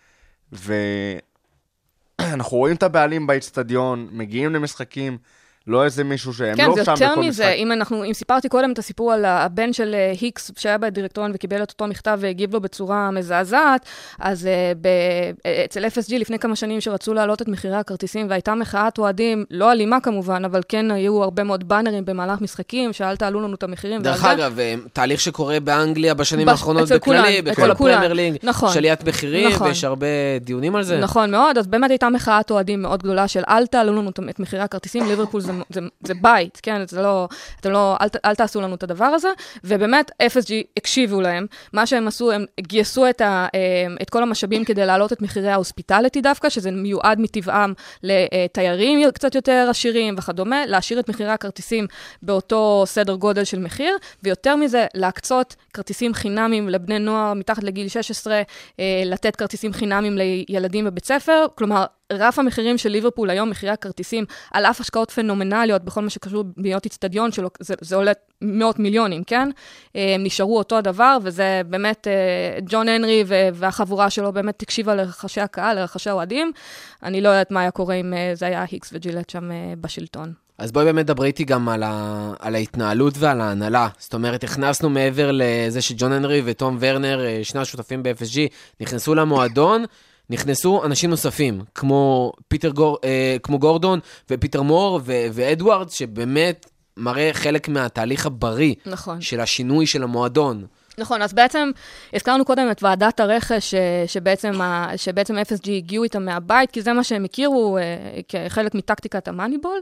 ואנחנו רואים את הבעלים באצטדיון, מגיעים למשחקים, לא איזה מישהו שהם כן, לא שם בכל משחק. כן, זה יותר מזה, אם, אנחנו, אם סיפרתי קודם את הסיפור על הבן של היקס, שהיה בדירקטוריון וקיבל את אותו מכתב והגיב לו בצורה מזעזעת, אז uh, ב, אצל אף אס ג'י לפני כמה שנים שרצו להעלות את מחירי הכרטיסים, והייתה מחאת אוהדים, לא אלימה כמובן, אבל כן היו הרבה מאוד באנרים במהלך משחקים, שאל תעלו לנו את המחירים. דרך אגב, תהליך שקורה באנגליה בשנים האחרונות בכללי, בכל הפרמייר ליג, שליית מחירים, ויש הרבה דיונים על זה. נכון מאוד, אז באמת הייתה מחאת אוהדים מאוד גדולה של אל תעלו לנו את מחירי הכרטיסים, ליברפול זה זה, זה בית, כן? זה לא, אתם לא, אל, אל תעשו לנו את הדבר הזה, ובאמת, אף אס ג'י הקשיבו להם. מה שהם עשו, הם גייסו את, ה, את כל המשאבים כדי להעלות את מחירי ההוספיטליטי דווקא, שזה מיועד מטבעם לתיירים קצת יותר עשירים וכדומה, להשאיר את מחירי הכרטיסים באותו סדר גודל של מחיר, ויותר מזה, להקצות כרטיסים חינמים לבני נוער מתחת לגיל שש עשרה, לתת כרטיסים חינמים לילדים בבית ספר, כלומר, רף המחירים של ליברפול היום, מחירי הכרטיסים, על אף השקעות פנומנליות, בכל מה שקשור ביות אצטדיון שלו, זה, זה עולה מאות מיליונים, כן? הם נשארו אותו הדבר, וזה באמת, ג'ון הנרי והחבורה שלו באמת תקשיבה לרחשי הקהל, לרחשי האוהדים. אני לא יודעת מה היה קורה אם זה היה היקס וג'ילט שם בשלטון. אז בואי באמת דברי איתי גם על, ה... על ההתנהלות ועל ההנהלה. זאת אומרת, הכנסנו מעבר לזה שג'ון הנרי וטום ורנר, שני השותפים ב-אף אס ג'י, נכנסו למועדון, נכנסו אנשים נוספים, כמו פיטר גור, אה, כמו גורדון ופיטר מור ו- ואדוארד, שבאמת מראה חלק מהתהליך הבריא נכון. של השינוי של המועדון. נכון, אז בעצם, הזכרנו קודם את ועדת הרכש, שבעצם, שבעצם אף אס ג'י הגיעו איתם מהבית, כי זה מה שהם הכירו כחלק מטקטיקת המאניבול,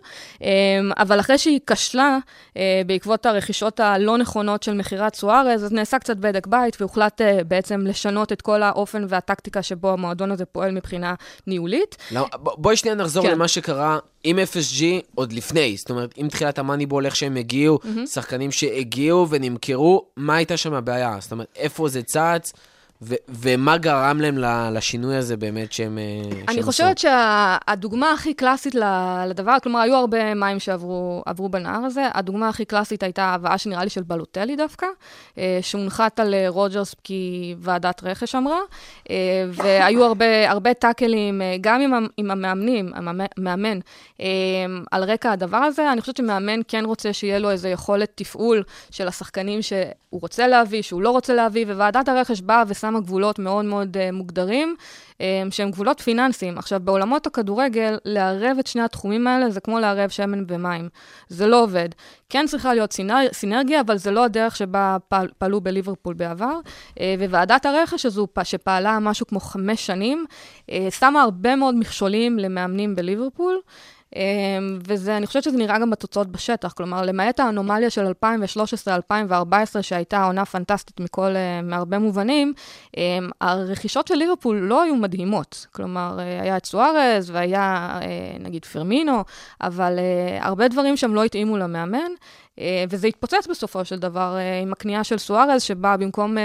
אבל אחרי שהיא כשלה, בעקבות הרכישות הלא נכונות של מחירת סוארז, אז נעשה קצת בדק בית, והוחלט בעצם לשנות את כל האופן והטקטיקה שבו המועדון הזה פועל מבחינה ניהולית. לא, בואי שנייה נחזור כן. למה שקרה עם אף אס ג'י עוד לפני, זאת אומרת, עם תחילת המאניבול, איך שהם הגיעו, mm-hmm. שחקנים שהגיעו ונמכרו, מה הייתה שם הבעיה? זאת אומרת, איפה זה צץ, ו- ומה גרם להם לשינוי הזה באמת שהם... אני חושבת שהדוגמה הכי קלאסית לדבר, כלומר, היו הרבה מים שעברו עברו בנהר הזה, הדוגמה הכי קלאסית הייתה הבאה שנראה לי של בלוטלי דווקא, שהונחת על רוג'רס כי ועדת רכש אמרה, והיו הרבה, הרבה טאקלים, גם עם, עם המאמנים, המאמן, על רקע הדבר הזה. אני חושבת שמאמן כן רוצה שיהיה לו איזו יכולת תפעול של השחקנים שהוא רוצה להביא, שהוא לא רוצה להביא, וועדת הרכש באה ושמה גבולות מאוד מאוד uh, מוגדרים, um, שהם גבולות פיננסיים. עכשיו, בעולמות הכדורגל, לערב את שני התחומים האלה, זה כמו לערב שמן ומים. זה לא עובד. כן צריכה להיות סינר, סינרגיה, אבל זה לא הדרך שבה פעל, פעלו בליברפול בעבר. Uh, וועדת הרכש הזו, שפעלה משהו כמו חמש שנים, uh, שמה הרבה מאוד מכשולים למאמנים בליברפול, וזה, אני חושבת שזה נראה גם בתוצאות בשטח, כלומר, למעט האנומליה של אלפיים ושלוש עשרה אלפיים וארבע עשרה, שהייתה עונה פנטסטית מכל, מהרבה מובנים, הרכישות של ליברפול לא היו מדהימות, כלומר, היה את סוארז והיה, נגיד, פרמינו, אבל הרבה דברים שם לא התאימו למאמן, וזה התפוצץ בסופו של דבר עם הקנייה של סוארז, שבה במקום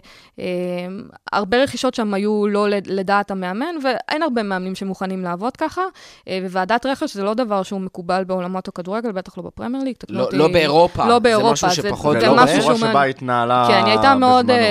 הרבה רכישות שם היו לא לדעת המאמן, ואין הרבה מאמנים שמוכנים לעבוד ככה, וועדת רכש זה לא דבר שהוא מקובל בעולמות הכדורגל, בטח לא בפרמייר ליג. לא באירופה. לא באירופה. זה משהו שפחות... זה לא בצורה שבה התנהלה בזמנו. כן, היא הייתה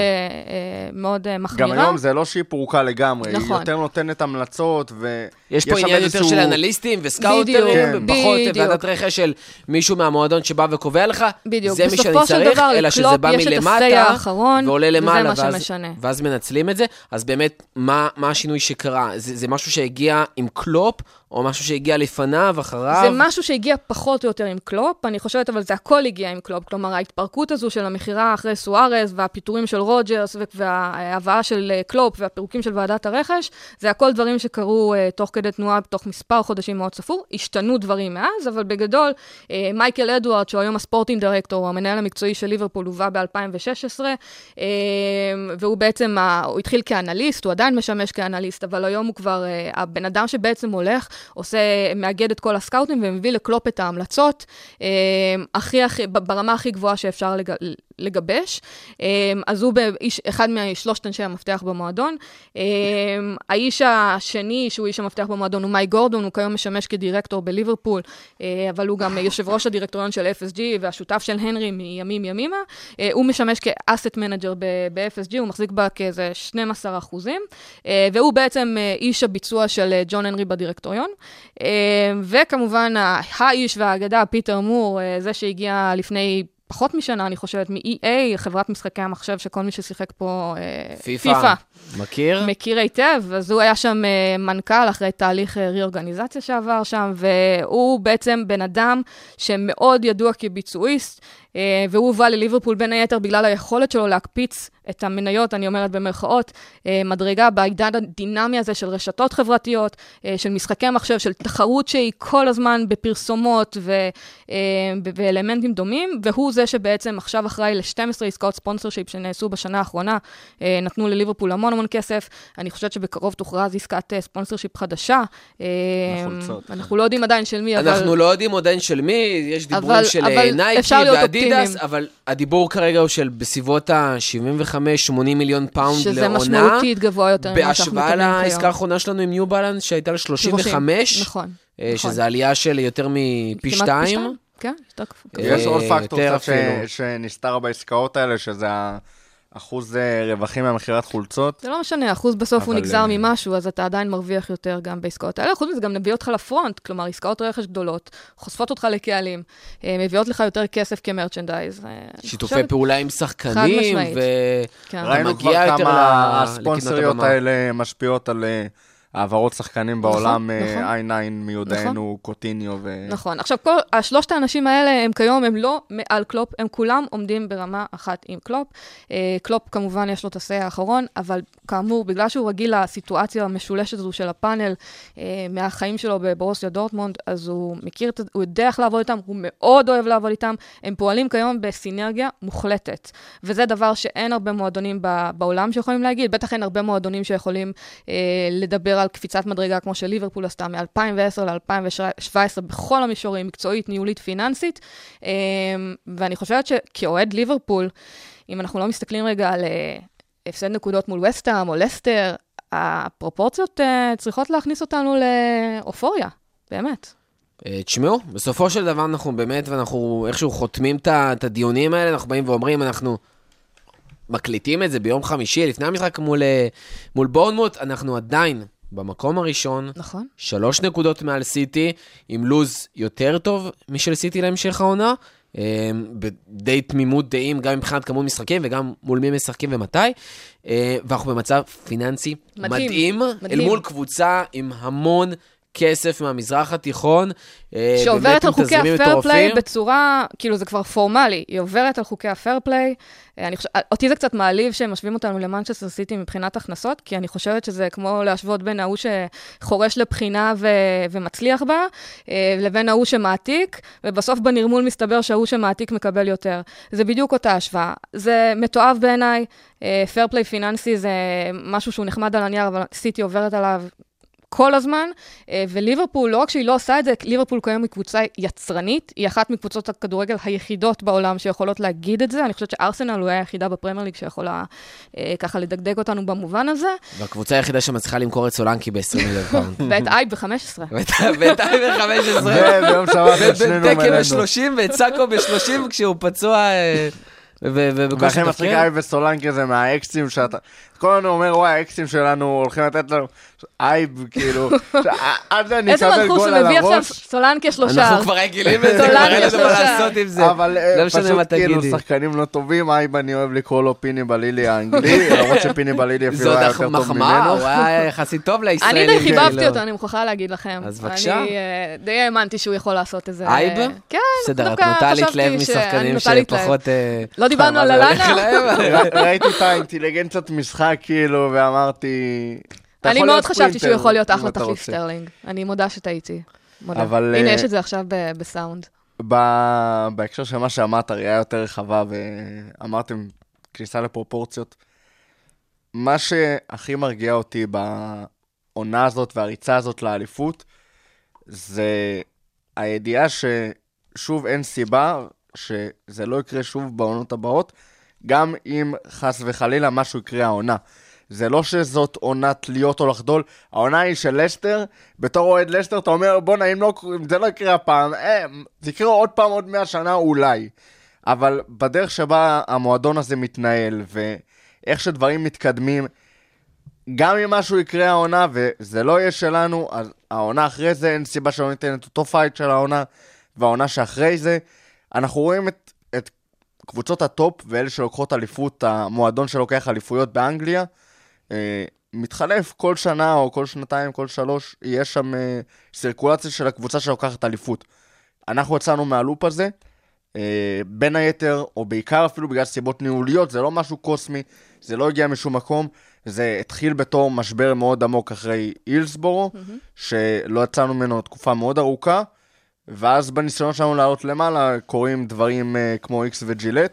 מאוד מחמירה. גם היום זה לא שהיא פורוקה לגמרי, היא יותר נותנת המלצות, ו... יש פה עניין יותר של אנליסטים וסקאוטרים, פחות ועדת רכש של מישהו מהמועדון שבא וקובע לך, זה מי שאני צריך, אלא שזה בא מלמטה, ועולה למעלה, ואז מנצלים את זה. אז באמת, מה השינוי שקרה? זה משהו שהגיע עם קלופ, או משהו שהגיע לפניו, אחריו? זה משהו שהגיע פחות או יותר עם קלופ, אני חושבת, אבל זה הכל הגיע עם קלופ. כלומר, ההתפרקות הזו של המחירה אחרי סוארז, והפיטורים של רוג'רס, וההבאה של קלופ, והפירוקים של ועדת הרכש, זה הכל דברים שקרו uh, תוך כדי תנועה, תוך מספר חודשים מאוד ספור. השתנו דברים מאז, אבל בגדול, uh, מייקל אדוארד, שהוא היום הספורטינג דירקטור, המנהל המקצועי של ליברפול, הובא ב-אלפיים ושש עשרה, uh, והוא בעצם, uh, הוא התחיל כאנליסט, הוא עדיין משמש כאנליסט, אבל היום הוא כבר uh, הבן אדם שבעצם הולך, עושה, מאגד את כל הסקאוטים ומביא לקלופ את ההמלצות, הכי, הכי, ברמה הכי גבוהה שאפשר לג, לגבש. אז הוא באיש, אחד משלושת אנשי המפתח במועדון. האיש השני, שהוא איש המפתח במועדון, הוא מייק גורדון, הוא כיום משמש כדירקטור בליברפול, אבל הוא גם יושב ראש הדירקטוריון של אף אס ג'י, והשותף של הנרי מימים ימימה. הוא משמש כאסט מנג'ר ב-אף אס ג'י, הוא מחזיק בה כאיזה שנים עשר אחוזים, והוא בעצם איש הביצוע של ג'ון הנרי בדירקטוריון. וכמובן, האיש והאגדה, פיטר מור, זה שהגיע לפני פחות משנה, אני חושבת, מ-אי איי, חברת משחקי המחשב, שכל מי ששיחק פה... פיפה. מכיר? מכיר היטב, אז הוא היה שם מנכ"ל אחרי תהליך ריאורגניזציה שעבר שם, והוא בעצם בן אדם שמאוד ידוע כביצועיסט, והוא הובא לליברפול בין היתר בגלל היכולת שלו להקפיץ את המניות, אני אומרת במרכאות, מדרגה בעידן הדינמי הזה של רשתות חברתיות, של משחקי מחשב, של תחרות שהיא כל הזמן בפרסומות ו- ואלמנטים דומים, והוא זה שבעצם עכשיו אחראי ל-שתים עשרה עסקאות ספונסרשיפ שנעשו בשנה האחרונה, נתנו לליברפול המון המון כסף, אני חושבת שבקרוב תוכרז עסקת ספונסרשיפ חדשה. אנחנו לא יודעים עדיין של מי, אבל... אנחנו לא יודעים עדיין של מי, יש דיבורים של נייקי ואדידס, אבל הדיבור כרגע הוא של בסביבות ה-שבעים וחמש שמונים מיליון פאונד לעונה. שזה משמעותית גבוה יותר. בהשוואה לעסקה האחרונה שלנו עם ניו בלנס, שהייתה ל-שלושים וחמש. נכון. שזה עלייה של יותר מפי שתיים. כן, יש עוד פקטור שנסתר בעסקאות האלה, שזה אחוז רווחים מהמחירת חולצות. זה לא משנה, אחוז בסוף הוא נגזר ממשהו, אז אתה עדיין מרוויח יותר גם בעסקאות האלה. אחוז מזה גם מביא אותך לפרונט, כלומר, עסקאות רכש גדולות, חושפות אותך לקהלים, מביאות לך יותר כסף כמרצ'נדייז. שיתופי פעולה עם שחקנים, ראינו כבר כמה הספונסריות האלה משפיעות על... העברות שחקנים בעולם, איי ניין מיודענו, קוטיניו ו... נכון. עכשיו, כל השלושת האנשים האלה, הם כיום, הם לא מעל קלופ, הם כולם עומדים ברמה אחת עם קלופ. קלופ, כמובן, יש לו את הסי האחרון, אבל כאמור, בגלל שהוא רגיל לסיטואציה המשולשת הזו של הפאנל, מהחיים שלו בברוסיה דורטמונד, אז הוא מכיר, הוא יודע איך לעבוד איתם, הוא מאוד אוהב לעבוד איתם, הם פועלים כיום בסינרגיה מוחלטת. וזה דבר שאין הרבה מועדונים בעולם שיכולים להגיד, בטח אין הרבה מועדונים שיכולים לדבר על קפיצת מדרגה כמו של ליברפול עשתה מ-אלפיים ועשר ל-אלפיים שבע עשרה בכל המישורים, מקצועית, ניהולית, פיננסית. ואני חושבת שכאוהד ליברפול, אם אנחנו לא מסתכלים רגע על הפסד נקודות מול וסטהאם או לסטר, הפרופורציות צריכות להכניס אותנו לאופוריה, באמת. תשמעו, בסופו של דבר אנחנו באמת, ואנחנו איכשהו חותמים את הדיונים האלה, אנחנו באים ואומרים, אנחנו מקליטים את זה ביום חמישי, לפני המשחק מול, מול בורנמוט, אנחנו עדיין במקום הראשון, נכון. שלוש נקודות מעל סיטי, עם לוז יותר טוב משל סיטי להמשך העונה, בדי תמימות דעים, גם מבחינת כמות משחקים, וגם מול מי משחקים ומתי, ואנחנו במצב פיננסי מדהים, מדהים, מדהים. אל מול קבוצה עם המון כסף מהמזרח התיכון, שעוברת על חוקי הפייר פליי בצורה, כאילו זה כבר פורמלי, היא עוברת על חוקי הפייר פליי, אני חושב, אותי זה קצת מעליב שהם משווים אותנו למנצ'סטר סיטי מבחינת הכנסות, כי אני חושבת שזה כמו להשוות בין ההוא שחורש לבחינה ו- ומצליח בה, לבין ההוא שמעתיק, ובסוף בנרמול מסתבר שההוא שמעתיק מקבל יותר. זה בדיוק אותה השוואה. זה מתואב בעיניי, פייר פליי פיננסי זה משהו שהוא נחמד על הנייר, אבל סיטי עוברת עליו כל הזמן, וליברפול, לא רק שהיא לא עושה את זה, ליברפול כיום היא קבוצה יצרנית, היא אחת מקבוצות הכדורגל היחידות בעולם שיכולות להגיד את זה, אני חושבת שארסנל הוא היחידה בפרמייר ליג שיכולה ככה לדגדג אותנו במובן הזה. והקבוצה היחידה שמצליחה למכור את סולנקי ב-עשרים מיליון פאונד. ואת אייב ב-חמש עשרה. ואת אייב ב-חמש עשרה. וביום שבת שנינו מלנו. בטקה ב-שלושים ואת סאקו ב-שלושים כשהוא פצוע... והכי מצחיק אייב וסולנקי זה מהאקסים שאתה... כל לנו אומר, וואי, האקסים שלנו הולכים לתת לנו אייב, כאילו, עד אני אקבל גול על הראש. איזה מנחוס שמביא עכשיו סולנקי שלושה. אנחנו כבר רגילים לזה, כבר אין לנו מה לעשות עם זה. אבל פשוט כאילו שחקנים לא טובים, אייב אני אוהב לקרוא לו פיני בלילי האנגלי, למרות שפיני בלילי אפילו היה יותר טוב ממנו. זאת מחמאה, הוא היה יחסית טוב לישראלים. אני די חיבבתי אותו, אני מוכרחה להגיד לכם. אז בבקשה. אני די האמנתי שהוא יכול לעשות את זה. אייב? כן, בסדר, את נוטה להתלהב משחקנים שפחות... לא דיברנו על אלנה? ראיתי את האינטליגנציית משחק כאילו, ואמרתי... אני מאוד חשבתי שהוא יכול להיות אחלה תחליף סטרלינג. אני מודה שטעיתי. הנה, יש את זה עכשיו בסאונד. בהקשר של מה שאמרת, ראייה יותר רחבה, ואמרתם כניסה לפרופורציות. מה שהכי מרגיע אותי בעונה הזאת והריצה הזאת לאליפות, זה הידיעה ששוב אין סיבה שזה לא יקרה שוב בעונות הבאות, גם אם חס וחלילה משהו יקרה העונה. זה לא שזאת עונת להיות או לחדול, העונה היא של לסטר, בתור אוהד לסטר אתה אומר, בוא נעים, לא, אם זה לא יקרה הפעם, אה, זה יקרה עוד פעם, עוד מאה שנה אולי. אבל בדרך שבה המועדון הזה מתנהל, ואיך שדברים מתקדמים, גם אם משהו יקרה העונה, וזה לא יהיה שלנו, אז העונה אחרי זה, אין סיבה שלא ניתן את אותו פייט של העונה, והעונה שאחרי זה, אנחנו רואים את, את קבוצות הטופ, ואלה שלוקחות אליפות, המועדון שלוקח אליפויות באנגליה, מתחלף כל שנה או כל שנתיים, כל שלוש, יש שם סירקולציה של הקבוצה שלוקחת אליפות. אנחנו יצאנו מהלופ הזה, בין היתר, או בעיקר אפילו בגלל סיבות ניהוליות, זה לא משהו קוסמי, זה לא הגיע משום מקום, זה התחיל בתור משבר מאוד עמוק אחרי אילסבורו, mm-hmm. שלא יצאנו ממנו תקופה מאוד ארוכה, ואז בניסיון שלנו לעלות למעלה, קוראים דברים כמו איקס וג'ילט,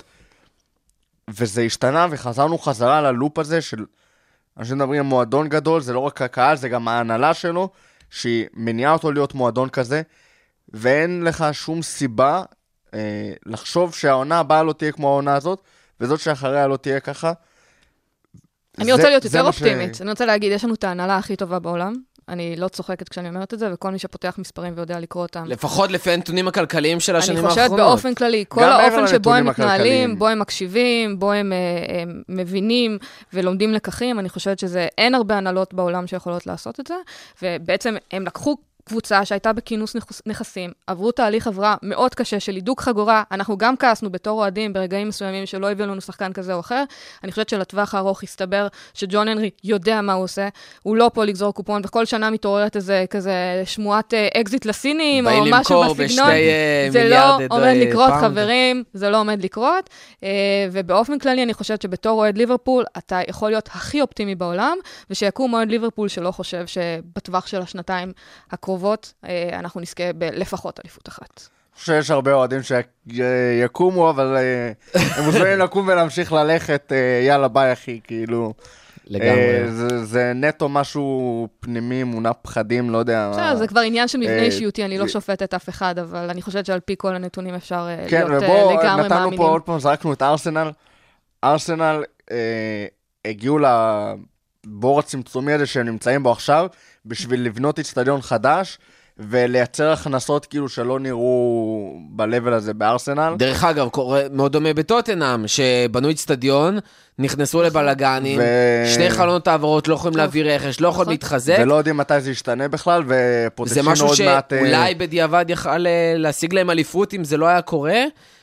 וזה השתנה וחזרנו חזרה ללופ הזה של... אנשים מדברים על מועדון גדול, זה לא רק הקהל, זה גם ההנהלה שלו, שהיא מניעה אותו להיות מועדון כזה, ואין לך שום סיבה אה, לחשוב שהעונה הבאה לא תהיה כמו העונה הזאת, וזאת שאחריה לא תהיה ככה. אני זה, רוצה להיות יותר אופטימית. ש... אני רוצה להגיד, יש לנו את ההנהלה הכי טובה בעולם. אני לא צוחקת כשאני אומרת את זה, וכל מי שפותח מספרים ויודע לקרוא אותם. לפחות לפי הנתונים הכלכליים של השנים האחרונות. אני חושבת באופן כללי, כל האופן שבו הם מתנהלים, בו הם מקשיבים, בו הם, הם מבינים ולומדים לקחים, אני חושבת שזה, אין הרבה הנהלות בעולם שיכולות לעשות את זה, ובעצם הם לקחו קבוצה שהייתה בכינוס נכסים, עברו תהליך עברה מאוד קשה של הידוק חגורה, אנחנו גם כעסנו בתור אוהדים ברגעים מסוימים שלא הביאו לנו שחקן כזה או אחר, אני חושבת שלטווח הארוך הסתבר שג'ון הנרי יודע מה הוא עושה, הוא לא פה לגזור קופון, וכל שנה מתעוררת איזה כזה שמועת אקזיט לסינים, או משהו בסגנון, זה לא עומד לקרות חברים, זה לא עומד לקרות, ובאופן כללי אני חושבת שבתור אוהד ליברפול, אתה יכול להיות הכי אופטימי בעולם, ושיקום אוהד ליברפול שלא חושב שבטווח של השנתיים הקרובות, אנחנו נזכה בלפחות אליפות אחת. אני חושב שיש הרבה אוהדים שיקומו, אבל הם מוזמנים לקום ולהמשיך ללכת, יאללה ביי אחי, כאילו. לגמרי. זה נטו משהו פנימי, מונע פחדים, לא יודע. זה כבר עניין של מבנה אישיותי, אני לא שופטת אף אחד, אבל אני חושבת שעל פי כל הנתונים אפשר להיות לגמרי מאמינים. נתנו פה עוד פעם, זרקנו את ארסנל. ארסנל, הגיעו לבור הצמצומי הזה שהם נמצאים בו עכשיו, בשביל לבנות אצטדיון חדש, ולייצר הכנסות כאילו שלא נראו ב-level הזה בארסנל. דרך אגב, קורה מאוד דומה בטוטנהאם, שבנו אצטדיון, נכנסו לבלגנים, ו... שני חלונות העברות לא יכולים להביא רכש, לא יכולים להתחזק. ולא יודעים מתי זה ישתנה בכלל, ופוטנציאל עוד מעט... זה משהו שאולי בדיעבד יכל להשיג להם אליפות, אם זה לא היה קורה.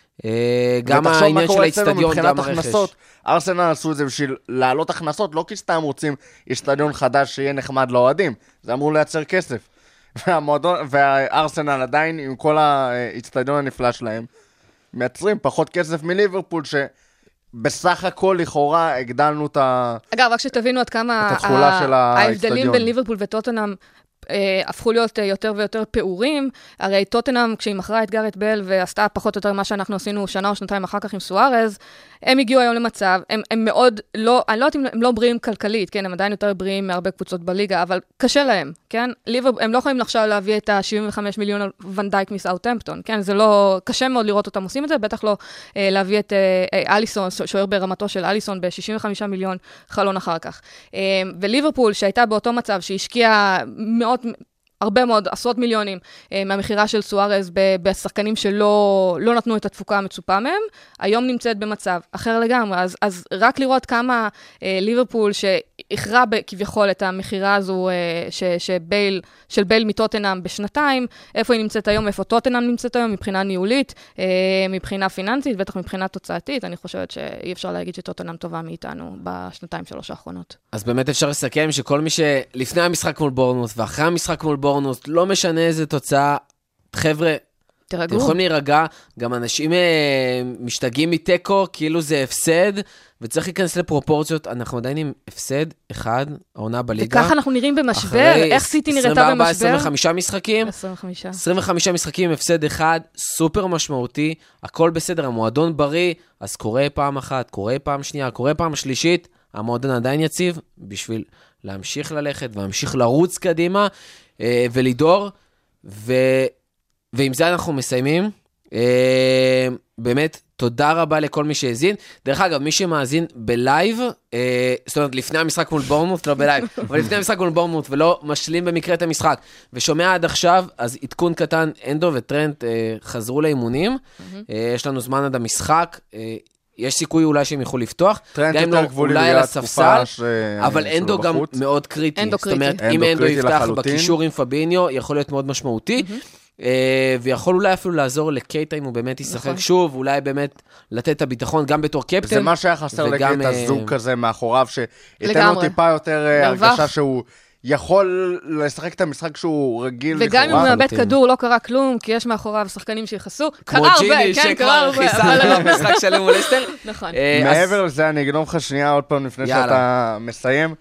גם העניין של האצטדיון, גם הרכש. ארסנל עשו את זה בשביל לעלות הכנסות, לא כי סתם רוצים אצטדיון חדש שיהיה נחמד לאוהדים. זה אמור לייצר כסף. והמועדון, והארסנל עדיין, עם כל האצטדיון הנפלא שלהם, מייצרים פחות כסף מליברפול, שבסך הכל לכאורה הגדלנו את ה... אגב, רק שתבינו עד כמה התחולה של האצטדיון. ההבדלים בין ליברפול וטוטנהאם הפכו להיות יותר ויותר פעורים. הרי טוטנהאם, כשהיא מכרה את גארט בל ועשתה פחות או יותר מה שאנחנו עשינו שנה או שנתיים אחר כך עם סוארז, הם הגיעו היום למצב, הם, הם מאוד לא, אני לא יודעת אם הם לא בריאים כלכלית, כן, הם עדיין יותר בריאים מהרבה קבוצות בליגה, אבל קשה להם, כן? ליבר, הם לא יכולים עכשיו להביא את ה-שבעים וחמישה מיליון על ונדייק מסאוטהמפטון, כן? זה לא, קשה מאוד לראות אותם עושים את זה, בטח לא אה, להביא את אה, אליסון, שוער ברמתו של אליסון ב-שישים וחמישה מיליון חלון אחר כך. אה, וליברפול, שהייתה באותו מצב, שהשקיעה מאות הרבה מאוד, עשרות מיליונים אה, מהמחירה של סוארז ב- בשחקנים שלא לא נתנו את התפוקה המצופה מהם, היום נמצאת במצב אחר לגמרי. אז, אז רק לראות כמה אה, ליברפול שהכרה כביכול את המחירה הזו אה, ש, שבייל, של בייל מטוטנהאם בשנתיים, איפה היא נמצאת היום, איפה טוטנהאם נמצאת היום, מבחינה ניהולית, אה, מבחינה פיננסית, בטח מבחינה תוצאתית, אני חושבת שאי אפשר להגיד שטוטנהאם טובה מאיתנו בשנתיים שלוש האחרונות. אז באמת אפשר לסכם שכל מי שלפני המשחק מול בורנמות' ואחרי המשחק מול בורנמות' לא משנה איזה תוצאה, חבר'ה, תרגעו. אתם יכולים להירגע, גם אנשים אה, משתגעים מטקו, כאילו זה הפסד, וצריך להיכנס לפרופורציות, אנחנו עדיין עם הפסד אחד, העונה בליגה. וככה אנחנו נראים במשבר, איך סיטי נראתה במשבר? עשרים וארבע עשרים וחמישה משחקים, עשרים וחמישה. עשרים וחמישה משחקים עם הפסד אחד, סופר משמעותי, הכל בסדר, המועדון בריא, אז קורה פעם אחת, קורה פעם שנייה, קורה פעם שלישית, המועדון עדיין יציב, בשביל להמשיך ללכת, ולהמשיך לרוץ קדימה, ולידור, ו... ועם זה אנחנו מסיימים. באמת, תודה רבה לכל מי שהזין. דרך אגב, מי שמאזין בלייב, זאת אומרת, לפני המשחק מול בורנמות', לא בלייב, אבל לפני המשחק מול בורנמות', ולא משלים במקרה את המשחק, ושומע עד עכשיו, אז עדכון קטן, אנדו וטרנט חזרו לאימונים, יש לנו זמן עד המשחק, יש סיכוי אולי שהם יוכלו לפתוח, גם אם לא אולי על הספסל, אבל אנדו גם מאוד קריטי. זאת אומרת, אם אנדו יפתח בקישור עם פביניו, יכול להיות מאוד משמעותי, ויכול אולי אפילו לעזור לקייטה אם הוא באמת ישחק שוב, אולי באמת לתת את הביטחון גם בתור קפטן. זה מה שהיה חסר לקייטה זוג כזה מאחוריו, שייתן לו טיפה יותר הרגשה שהוא... יכול לשחק את המשחק שהוא רגיל לכאורה. וגם אם הוא מאבד כדור, לא קרה כלום, כי יש מאחוריו שחקנים שיחסו. כמו ג'יני, שכבר חיסה עליו משחק שלם מול אסטר. נכון. מעבר לזה, אני אגנוב לך שנייה עוד פעם לפני שאתה מסיים.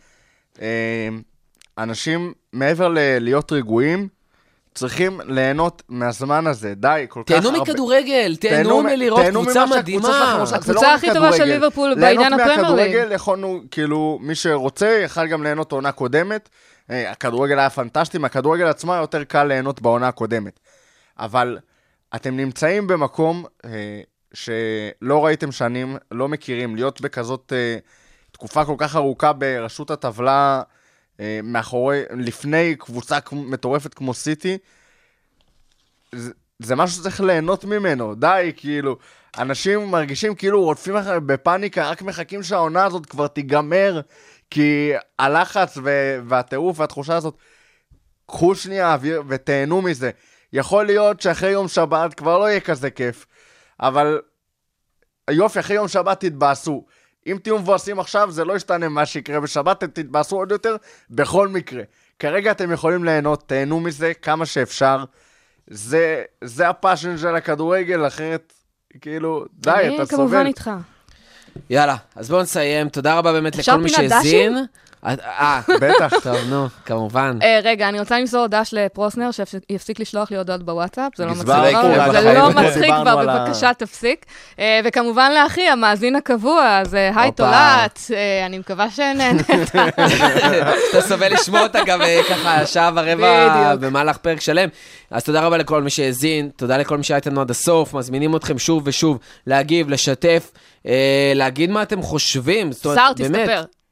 אנשים, מעבר להיות רגועים, צריכים ליהנות מהזמן הזה. די, כל כך הרבה... תהנו מכדורגל, תהנו מלראות קבוצה מדהימה. הקבוצה הכי טובה של ליברפול בעידן הפרמייר ליג. ליהנות מהכדורגל, יכולנו, כאילו, מי שרוצה, יכל גם ליהנות עונה קודמת. הכדורגל היה פנטסטי, מהכדורגל עצמה יותר קל ליהנות בעונה הקודמת. אבל אתם נמצאים במקום שלא ראיתם שנים, לא מכירים, להיות בכזאת תקופה כל כך ארוכה ברשות הטבלה, מאחורי, לפני קבוצה מטורפת כמו סיטי, זה, זה משהו שצריך ליהנות ממנו, די, כאילו, אנשים מרגישים כאילו רודפים בפאניקה, רק מחכים שהעונה הזאת כבר תיגמר, כי הלחץ והטירוף והתחושה הזאת, קחו שנייה אוויר ותהנו מזה. יכול להיות שאחרי יום שבת כבר לא יהיה כזה כיף, אבל יופי, אחרי יום שבת תתבאסו. אם תהיו מבואסים עכשיו, זה לא ישתנה מה שיקרה בשבת, אתם תתבאסו עוד יותר בכל מקרה. כרגע אתם יכולים ליהנות, תהנו מזה כמה שאפשר. זה, זה הפאשן של הכדורגל, אחרת, כאילו, די, אתה סובל. אני כמובן איתך. יאללה, אז בואו נסיים. תודה רבה באמת לכל מי שהזין. אה, בטח. טוב, נו, כמובן. רגע, אני רוצה למסור דש לפרוסנר, שיפסיק לשלוח לי הודעות בוואטסאפ, זה לא מצחיק כבר, זה לא מצחיק כבר, בבקשה תפסיק. וכמובן לאחי, המאזין הקבוע, אז היי תולעת, אני מקווה שנהנית. אתה סובל לשמוע אותה גם ככה שעה ורבע במהלך פרק שלם. אז תודה רבה לכל מי שהזין, תודה לכל מי שהיה איתנו עד הסוף, מזמינים אתכם שוב ושוב להגיב, לשתף, להגיד מה אתם חושבים. שר, תסתפר.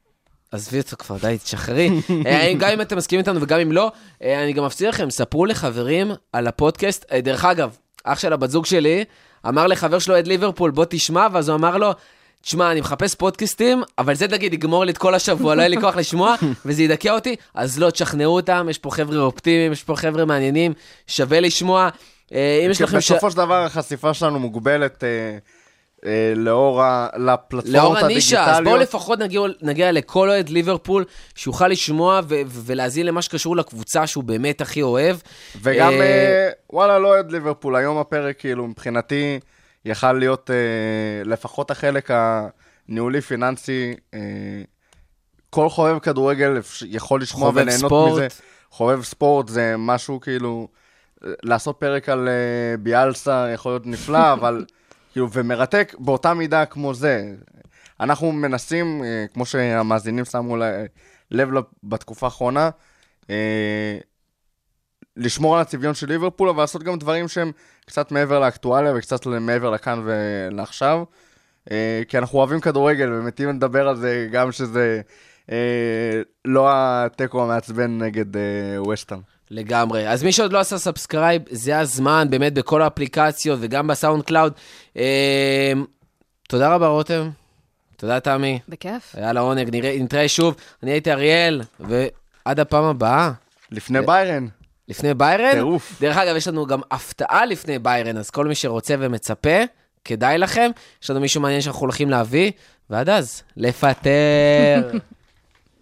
עזבי אותו כבר, די, תשחררי. גם אם אתם מסכימים איתנו וגם אם לא, אני גם מפציר לכם, ספרו לחברים על הפודקאסט. דרך אגב, אח של הבת זוג שלי, אמר לחבר שלו את ליברפול, בוא תשמע, ואז הוא אמר לו, תשמע, אני מחפש פודקאסטים, אבל זה תגיד, יגמור לי את כל השבוע, לא יהיה לי כוח לשמוע, וזה ידכא אותי, אז לא, תשכנעו אותם, יש פה חבר'ה אופטימיים, יש פה חבר'ה מעניינים, שווה לשמוע. בסופו של דבר, החשיפה שלנו מוגבלת לאור לפלטפורמות הדיגיטליות. אז בואו לפחות נגיע לכל אוהד ליברפול, שיוכל לשמוע ולהזין למה שקשור לקבוצה שהוא באמת הכי אוהב. וגם, וואלה, לא אוהד ליברפול, היום הפרק, כאילו, מבחינתי, יכל להיות לפחות החלק הניהולי-פיננסי, כל חובב כדורגל יכול לשמוע וליהנות מזה. חובב ספורט זה משהו כאילו, לעשות פרק על ביאלסה יכול להיות נפלא, אבל כאילו, ומרתק באותה מידה כמו זה. אנחנו מנסים, כמו שהמאזינים שמו לב בתקופה האחרונה, לשמור על הצביון של ליברפול, אבל לעשות גם דברים שהם קצת מעבר לאקטואליה וקצת מעבר לכאן ולעכשיו. כי אנחנו אוהבים כדורגל, ומתים לדבר על זה גם שזה לא הטקו המעצבן נגד ווסטהאם. לגמרי. אז מי שעוד לא עשה סאבסקרייב, זה הזמן, באמת בכל האפליקציות וגם בסאונד קלאוד. תודה רבה, רותם. תודה, תמי. בכיף. היה לה עונג. נתראה שוב. אני הייתי אריאל, ועד הפעם הבאה. לפני ביירן. לפני ביירן? טירוף. דרך אגב, יש לנו גם הפתעה לפני ביירן, אז כל מי שרוצה ומצפה, כדאי לכם. יש לנו מישהו מעניין שאנחנו הולכים להביא, ועד אז, לפטר.